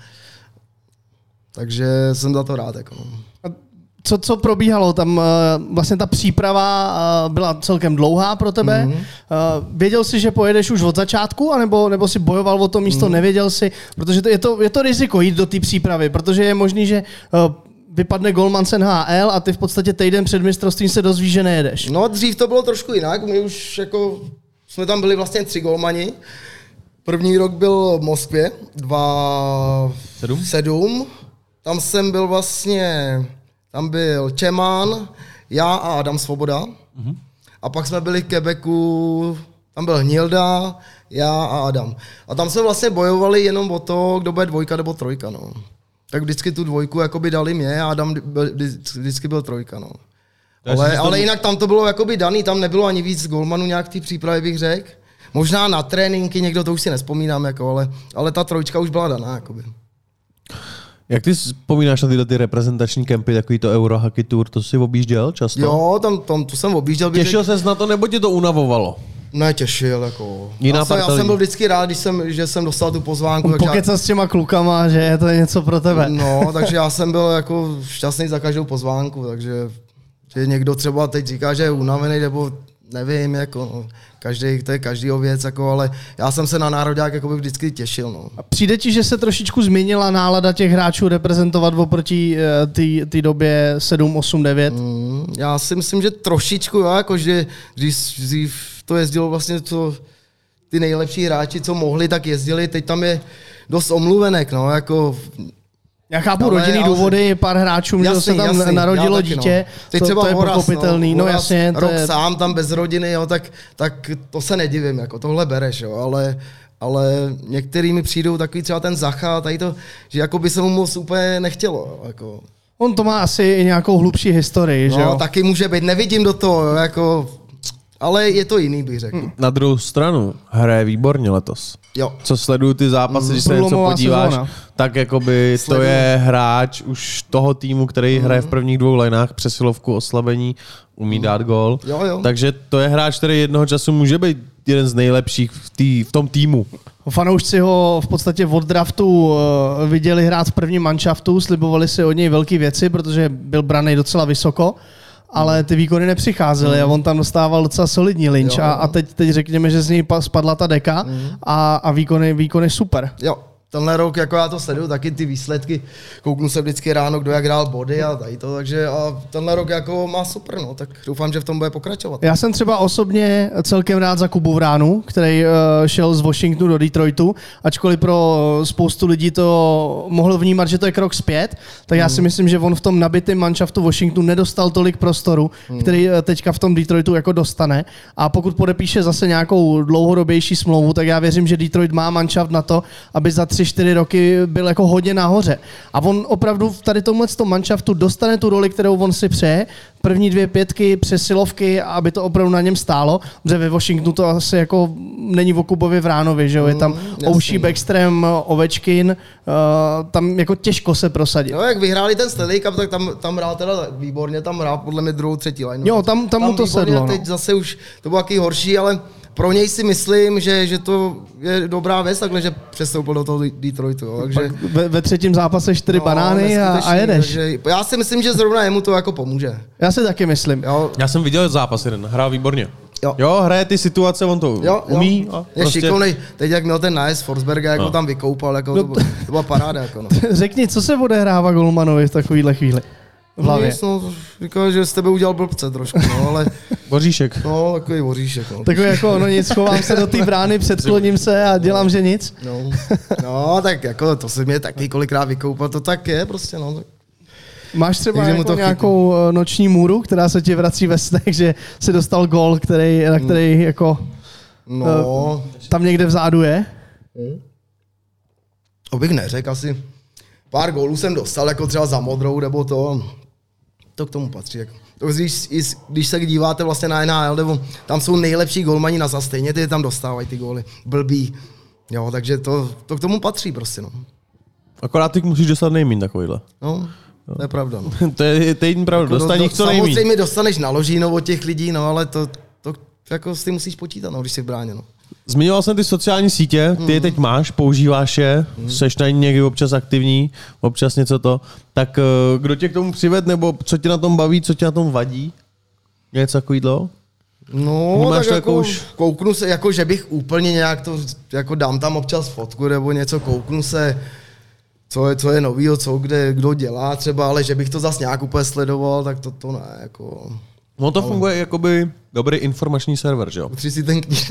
Takže jsem za to rád, jako no. Co, co probíhalo tam? Vlastně ta příprava byla celkem dlouhá pro tebe. Mm-hmm. Věděl jsi, že pojedeš už od začátku, anebo, nebo si bojoval o to místo, mm-hmm. nevěděl jsi? Protože to, je, to, je to riziko jít do té přípravy, protože je možný, že vypadne golman z N H L a ty v podstatě týden před mistrovstvím se dozvíš, že nejedeš. No dřív to bylo trošku jinak. My už jako, jsme tam byli vlastně tři golmani. První rok byl v Moskvě, dva sedm. Tam jsem byl vlastně... Tam byl Čeman, já a Adam Svoboda. Mm-hmm. A pak jsme byli v Quebecu, tam byl Hnilda, já a Adam. A tam jsme vlastně bojovali jenom o to, kdo bude dvojka nebo trojka. No. Tak vždycky tu dvojku jakoby dali mě a Adam byl, vždycky byl trojka. No. Ale, ale jinak tam to bylo jakoby daný, tam nebylo ani víc golmanů nějak v té přípravě, bych řekl. Možná na tréninky, někdo to už si nespomínám, jako, ale, ale ta trojčka už byla daná. Jakoby. Jak ty vzpomínáš na tyhle ty reprezentační kempy, takový to Euro Hockey Tour, to jsi objížděl často? Jo, tam, tam to jsem objížděl. Těšil ses na to, nebo tě to unavovalo? Ne, těšil, jako. Jiná já, jsem, já jsem byl vždycky rád, když jsem, že jsem dostal tu pozvánku. Pokecat já... s těma klukama, že je to něco pro tebe. No, takže já jsem byl jako šťastný za každou pozvánku, takže že někdo třeba teď říká, že je unavený, nebo nevím, jako, no, každý, to je každýho věc, jako, ale já jsem se na nároďák jako by vždycky těšil. No. A přijde ti, že se trošičku změnila nálada těch hráčů reprezentovat oproti té době sedm, osm, devět? Mm, já si myslím, že trošičku, jo, jako, že když, když to jezdilo vlastně to, ty nejlepší hráči, co mohli, tak jezdili, teď tam je dost omluvenek, no, jako... Já chápu ale, rodinný ale, důvody, pár hráčů, že se tam jasný, narodilo taky, dítě, no. Teď to, třeba to je Horas, pochopitelný, no, no jasně. Rok je... sám tam bez rodiny, jo, tak, tak to se nedivím, jako tohle bereš, jo, ale, ale některý mi přijdou takový třeba ten Zacha, tady to, že jako by se mu moc úplně nechtělo, jako. On to má asi i nějakou hlubší historii, no, že jo? Taky může být, nevidím do toho, jo, jako... Ale je to jiný, bych řekl. Na druhou stranu hraje výborně letos. Jo. Co sleduju ty zápasy, mm, když se něco podíváš, sezóna. Tak jakoby to je hráč už toho týmu, který mm. hraje v prvních dvou lineách, přesilovku, oslabení, umí mm. dát gól. Jo, jo. Takže to je hráč, který jednoho času může být jeden z nejlepších v, tý, v tom týmu. Fanoušci ho v podstatě od draftu viděli hrát v prvním manšaftu, slibovali si od něj velké věci, protože byl braný docela vysoko. Ale ty výkony nepřicházely mm. a on tam dostával docela solidní lynč a, a teď, teď řekněme, že z něj spadla ta deka mm. a, a výkony, výkony super. Jo, tenhle rok, jako já to sleduju, taky ty výsledky, kouknu se vždycky ráno, kdo jak hrál body a tady to, takže a tenhle rok jako má super, no, tak doufám, že v tom bude pokračovat. Já jsem třeba osobně celkem rád za Kubu Vránu, který uh, šel z Washingtonu do Detroitu, ačkoliv pro spoustu lidí to mohlo vnímat, že to je krok zpět, tak já si myslím, že on v tom nabitém manšaftu Washingtonu nedostal tolik prostoru, hmm. který teďka v tom Detroitu jako dostane, a pokud podepíše zase nějakou dlouhodobější smlouvu, tak já věřím, že Detroit má manšaft na to, aby za tři, čtyři roky byl jako hodně nahoře. A on opravdu v tady tomhle tom manšaftu dostane tu roli, kterou on si přeje. První dvě pětky, přesilovky, aby to opravdu na něm stálo. Protože ve Washingtonu to asi jako není o Kubovi Vránovi, že jo? Je tam mm, Ouší, Backstrom, Ovečkin, uh, tam jako těžko se prosadit. No, jak vyhráli ten Stanley Cup, tak tam, tam hrál teda výborně, tam hrál podle mě druhou, třetí line. Jo, tam, tam, tam mu to výborně, sedlo. Teď no. Zase už to bylo taky horší, ale pro něj si myslím, že, že to je dobrá věc, takhle, že přestoupil do toho Detroitu. Jo. Takže, ve, ve třetím zápase čtyři no, banány a, a jedeš. Takže, já si myslím, že zrovna jemu to jako pomůže. Já si taky myslím. Jo. Já jsem viděl zápas jeden, hrál výborně. Jo. jo, hraje ty situace, on to jo, umí. Jo. A je prostě... šikovnej, teď jak měl ten nájezd Forsberga, jak no. ho tam vykoupal, jako no. to, to byla paráda. Jako, no. Řekni, co se odehrává golmanovi v takovýhle chvíli? v hlavě. Nic, no, říkal, že z tebe udělal blbce trošku, no, ale... Voříšek. No, takový voříšek, no. Takový jako, no nic, chovám se do té brány, předkloním se a dělám, že nic. No, no tak jako to se mě taky kolikrát vykoupal, to tak je prostě, no. Máš třeba jako nějakou chytí. Noční můru, která se ti vrací ve snech, že si dostal gól, který, na který jako no. tam někde vzadu je? Hmm. To bych neřekl, asi pár gólů jsem dostal, jako třeba za Modrou, nebo to, to k tomu patří. Jako. To, když, když se díváte vlastně na N H L, nebo tam jsou nejlepší gólmani na zastejně, ty tam dostávají ty góly, blbý. Jo, takže to, to k tomu patří prostě, no. Akorát ty musíš dostat nejmín takovýhle. No, to je pravda. No. to je týden pravda, jako dostane jich do, co nejmín. Samozřejmě dostaneš na ložíno od těch lidí, no, ale to, to jako s tím musíš počítat, no, když jsi v bráně, no. Zmiňoval jsem ty sociální sítě, ty je teď máš, používáš je, mm. seš na ní někdy občas aktivní, občas něco to. Tak kdo tě k tomu přived, nebo co tě na tom baví, co tě na tom vadí? Něco takovýhle? No, Vnímáš tak jako už... kouknu se, jako že bych úplně nějak to, jako dám tam občas fotku nebo něco, kouknu se, co je, co je novýho, co kde, kdo dělá třeba, ale že bych to zas nějak úplně sledoval, tak to, to ne, jako... No to ale... funguje jakoby dobrý informační server, že jo? Utři si ten knih.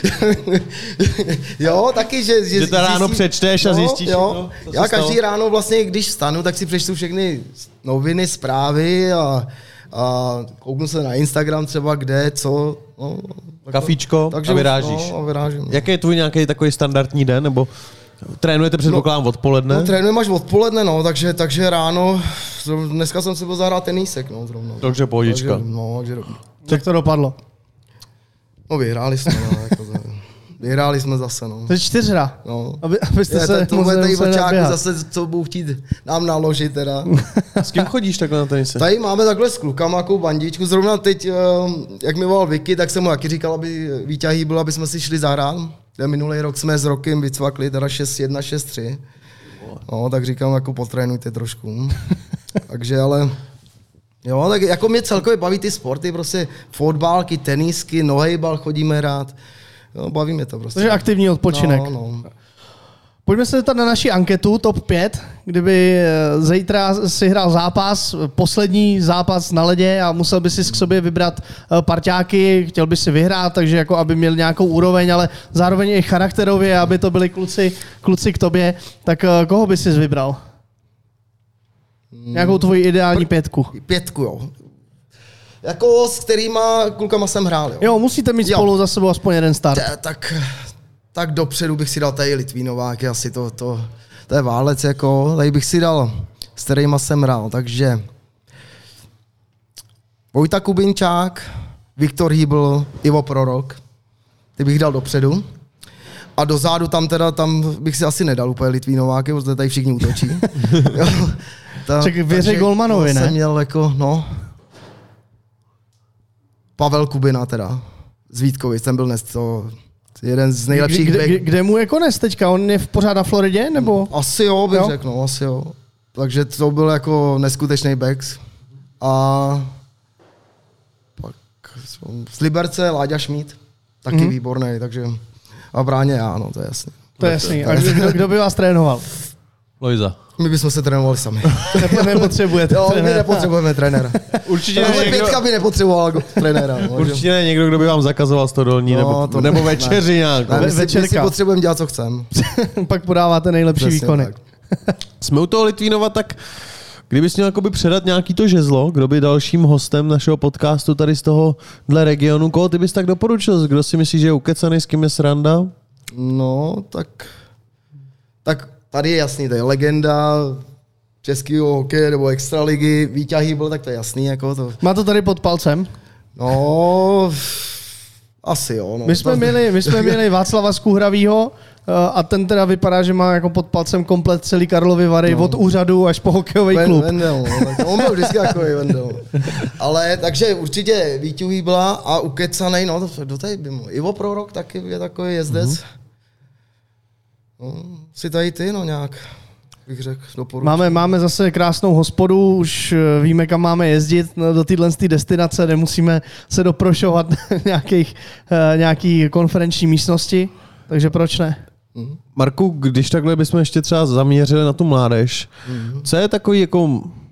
Jo, taky, že... Že, že to ráno zjistí... přečteš a zjistíš, jo, jo. Já každý stalo? Ráno vlastně, když vstanu, tak si přečtu všechny noviny, zprávy a, a kouknu se na Instagram třeba, kde, co. No, Kafíčko takže, a vyrážíš. No, a vyrážím, no. Jaký je tvůj nějaký takový standardní den, nebo trénujete předpokládám no, odpoledne? No, trénujeme až odpoledne, no, takže, takže ráno, dneska jsem si byl zahrát tenísek, no, zrovna. Takže pohodička. Takže, no, takže... Jak to dopadlo? No, vyhráli jsme, no, jako za... Vyhráli jsme zase, no. To je čtyřhra. No. Aby, abyste je, se to bude tady očáku zase, co budou chtít nám naložit teda. S kým chodíš takhle na tenise? Tady máme takhle s klukama jako bandičku. Zrovna teď, jak mi volal Vicky, tak jsem mu taky říkal, aby Víťa hýbl, aby jsme si šli zahrát. Minulý rok jsme s Rokem vycvakli teda šest jedna, šest tři. No, tak říkám, jako potrénujte trošku. Takže ale... Jo, tak jako mě celkově baví ty sporty, prostě fotbalky, tenisky, nohejbal chodíme hrát. Jo, baví mě to prostě. Takže aktivní odpočinek. No, no. Pojďme se zeptat na naši anketu top pět. Kdyby zítra si hrál zápas, poslední zápas na ledě a musel by si k sobě vybrat parťáky, chtěl by si vyhrát, takže jako aby měl nějakou úroveň, ale zároveň i charakterově, aby to byli kluci, kluci k tobě, tak koho by si vybral? Nějakou tvoji ideální pětku. Pětku, jo. Jako s kterýma klukama jsem hrál, jo. Jo, musíte mít jo. spolu za sebou aspoň jeden start. T- tak, tak dopředu bych si dal tady Litvínováky, asi to, to, to je válec, jako. Tady bych si dal, s kterýma jsem hrál, takže Vojta Kubinčák, Viktor Hýbl, Ivo Prorok, ty bych dal dopředu. A dozadu tam teda, tam bych si asi nedal úplně Litvínováky, protože tady všichni útočí. Ta, Ček, věřej golmanovi, ne? Jsem měl jako, no... Pavel Kubina teda, z Vítkovic, ten byl dnes to jeden z nejlepších... Kde, kde, kde mu je konec teďka? On je v pořád na Floridě, nebo? Asi jo, bych řekl, no, asi jo. Takže to byl jako neskutečný backs. A pak z Liberce Láďa Šmíd, taky mm-hmm. výborný, takže a v bráně já, no, to je jasný. To je jasný. A kdo, kdo by vás trénoval? Lojza. My bychom se trénovali sami. Nepotřebujete jo, trenéra. my nepotřebujeme trenéra. Určitě ne někdo... Pětka by nepotřeboval trenéra. Určitě ne někdo, kdo by vám zakazoval stodolní, no, nebo, to nebo večeři ne. nějak. Ne, my, si, my si potřebujeme dělat, co chceme. Pak podáváte nejlepší Přesně výkony. Tak. Jsme u toho Litvínova, tak kdybys měl jakoby předat nějaký to žezlo, kdo by dalším hostem našeho podcastu tady z tohohle regionu, koho ty bys tak doporučil? Kdo si myslíš, že je ukecaný, s kým je sranda? No, tak... Tak tady je jasný, to je legenda českého hokeje nebo extraligy, Víťa Hýbl, tak to je jasný. Jako to. Má to tady pod palcem? No, asi jo. No. My jsme, měli, my jsme měli Václava Skuhravýho a ten teda vypadá, že má jako pod palcem komplet celý Karlovy Vary, no. Od úřadu až po hokejový klub. Vendel, no, on byl vždycky takový Vendel. Ale takže určitě Víťu Hýbla a ukecanej, no to, do tady by mohl. Ivo Prorok taky je takový jezdec. Mm-hmm. No, si tady ty, no nějak, bych řekl, doporučuji. Máme, máme zase krásnou hospodu, už víme, kam máme jezdit do téhle destinace, nemusíme se doprošovat nějakých, nějaký konferenční místnosti, takže proč ne? Mm. Marku, když takhle bychom ještě třeba zaměřili na tu mládež, mm. co je takový jako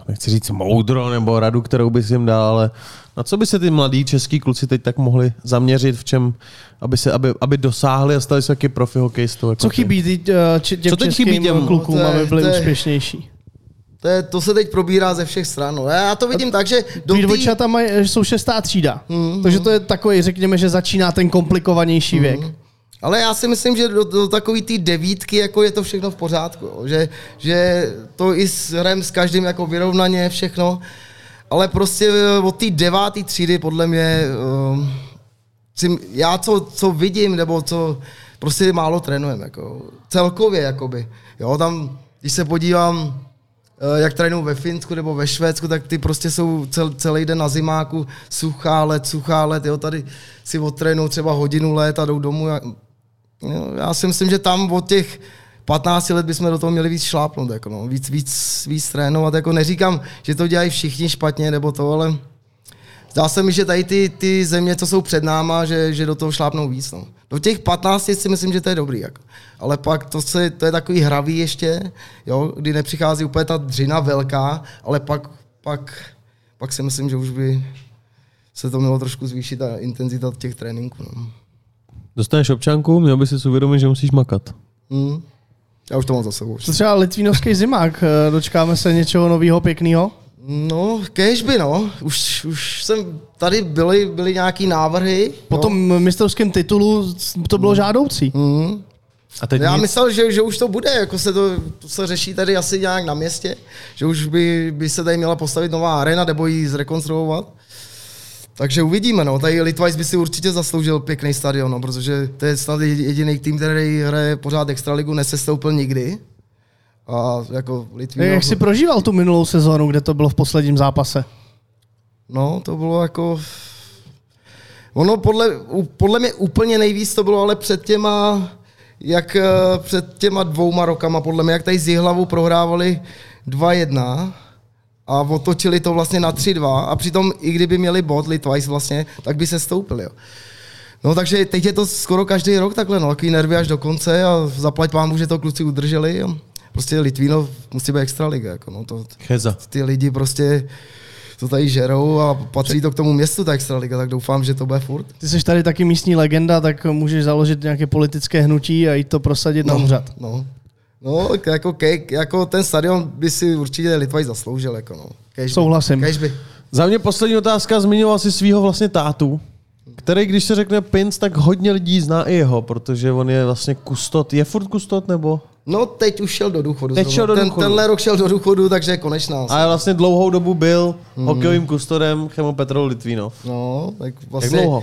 nechci říct moudro nebo radu, kterou bys jim dal, ale na co by se ty mladí český kluci teď tak mohli zaměřit, v čem, aby, se, aby, aby dosáhli a stali se taky profi hokejistou? Jako co chybí ty, těm co teď chybí těm klukům, aby byli to je, úspěšnější? To, je, to se teď probírá ze všech stran. No. Já to vidím tak, že... Do tý... dvojčata mají, jsou šestá třída, mm, takže to je takový, řekněme, že začíná ten komplikovanější mm. věk. Ale já si myslím, že do, do takové té devítky jako je to všechno v pořádku. Jo. Že, že to i s hrem s každým jako vyrovnaně všechno. Ale prostě od té deváté třídy podle mě... Um, já co, co vidím, nebo co... Prostě málo trénujeme. Jako, celkově, jakoby. Jo, tam, když se podívám... jak trénují ve Finsku nebo ve Švédsku, tak ty prostě jsou cel, celý den na zimáku, suchá let, suchá let, jo, tady si odtrénují třeba hodinu let a jdou domů. Já, jo, já si myslím, že tam od těch patnácti let bychom do toho měli víc šlápnout, jako no, víc, víc, víc trénovat, jako neříkám, že to dělají všichni špatně nebo to, ale zdá se mi, že tady ty, ty země, co jsou před náma, že, že do toho šlápnou víc. No. Do těch patnácti si myslím, že to je dobrý. Jako. Ale pak to, se, to je takový hravý ještě, jo, kdy nepřichází úplně ta dřina velká, ale pak, pak, pak si myslím, že už by se to mělo trošku zvýšit ta intenzita těch tréninků. No. Dostaneš občanku, měl by si uvědomit, že musíš makat. Hmm. Já už to mám za sebou. To třeba litvínovský zimák, dočkáme se něčeho nového, pěkného? No, kéžby, no. Už, už jsem, tady byly, byly nějaký návrhy. Po tom no. mistrovském titulu to bylo mm. žádoucí. Mm. A teď Já nic? myslel, že, že už to bude, jako se to, to se řeší tady asi nějak na městě, že už by, by se tady měla postavit nová arena, nebo ji zrekonstruovat. Takže uvidíme, no. Tady Litvajs by si určitě zasloužil pěkný stadion, no, protože to je snad jediný tým, který hraje pořád extraligu, nesestoupil nikdy. A jako Litvínov... Jak jsi prožíval tu minulou sezónu, kde to bylo v posledním zápase? No, to bylo jako... Ono podle, podle mě úplně nejvíc to bylo ale před těma, jak před těma dvouma rokama, podle mě, jak tady z Jihlavu prohrávali dva jedna a otočili to vlastně na tři dva a přitom i kdyby měli bod Litvajs vlastně, tak by se stoupili, jo. No takže teď je to skoro každý rok takhle, no, takový nervy až do konce a zaplať pámu, že to kluci udrželi. Jo. Prostě Litvínov musí být extraliga, jako no, to, ty lidi prostě to tady žerou a patří to k tomu městu, ta extraliga, tak doufám, že to bude furt. Ty jsi tady taky místní legenda, tak můžeš založit nějaké politické hnutí a jít to prosadit no, na úřad. No, no jako, kej, jako ten stadion by si určitě Litvajs zasloužil, jako no. Kežby. Souhlasím. Kežby. Za mě poslední otázka, zmiňoval si svýho vlastně tátu, který, když se řekne Pinc, tak hodně lidí zná i jeho, protože on je vlastně kustot. Je furt kustot, nebo? No, teď už šel do důchodu. Teď šel do Ten, důchodu. Tenhle rok šel do důchodu, takže je konečná. A vlastně dlouhou dobu byl mm. hokejovým kustodem Chemopetrol Litvínov. No, tak vlastně... Jak dlouho?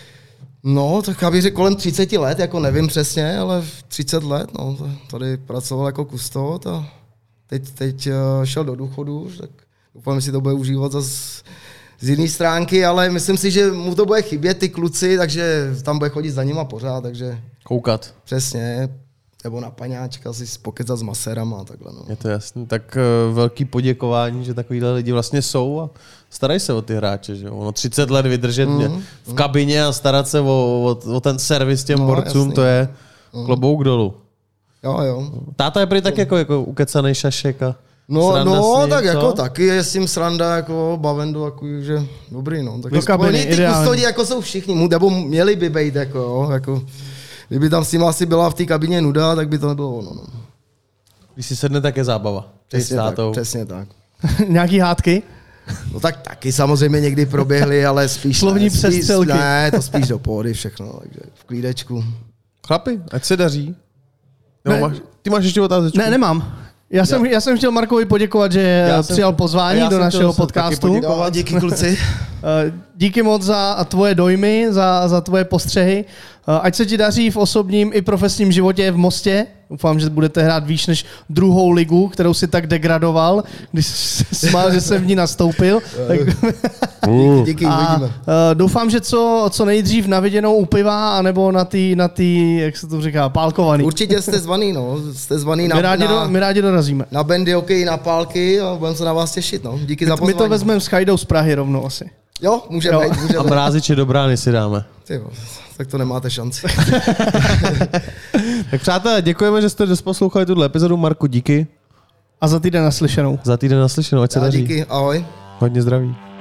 No, tak já bych řekl kolem třicet let, jako nevím přesně, ale třicet let, no, tady pracoval jako kustod a teď, teď šel do důchodu, tak doufám, že si to bude užívat zase z jiné stránky, ale myslím si, že mu to bude chybět ty kluci, takže tam bude chodit za nima pořád, takže... Koukat. Přesně, nebo na paňáčka si pokecat s masérama a takhle. No. Je to jasný. Tak uh, velký poděkování, že takovýhle lidi vlastně jsou a starají se o ty hráče. Že? Ono třicet let vydržet mm, v mm. kabině a starat se o, o, o ten servis těm no, borcům, jasný. To je mm. klobouk dolů. Jo, jo. Táta je prý tak jako, jako ukecanej šašek a No, no ním, tak co? Jako taky je s tím sranda, jako bavendu, jako, že dobrý, no. Tak do kabiny, ty kustodi jako jsou všichni, nebo měli by být, jako, jo, jako, kdyby tam s tím asi byla v té kabině nuda, tak by to nebylo ono, no. Když si sedne, tak je zábava. Přesně tak, přesně tak. Nějaký hádky? No tak taky samozřejmě někdy proběhly, ale spíš slovní přestřelky. Ne, to spíš do pohody všechno, takže v klídečku. Chlapi, ať se daří. Ne, máš, ty máš ještě otázečku? Ne, nemám. Já jsem, já jsem chtěl Markovi poděkovat, že já přijal pozvání do našeho podcastu. Jo, díky kluci. Díky moc za tvoje dojmy, za, za tvoje postřehy. Ať se ti daří v osobním i profesním životě v Mostě. Doufám, že budete hrát výš než druhou ligu, kterou si tak degradoval, když jsi smál, že jsem v ní nastoupil. Tak... díky, díky, uvidíme. Doufám, že co, co nejdřív na viděnou u piva, anebo na ty, na ty, jak se to říká, pálkovaný. Určitě jste zvaný, no. Jste zvaný na, my rádi, na, do, my rádi dorazíme. Na bandy hokej, na pálky a budeme se na vás těšit, no. Díky my, za pozvání. My to vezmeme s Chajdou z Prahy rovnou asi. Jo, můžeme. Jo. můžeme. A mráziče do brány si dáme. Tyjo, tak to nemáte šanci. Tak přátelé, děkujeme, že jste poslouchali tuhle epizodu. Marku, díky. A za týden naslyšenou. Za týden naslyšenou, ať se Já daří. Díky, ahoj. Hodně zdraví.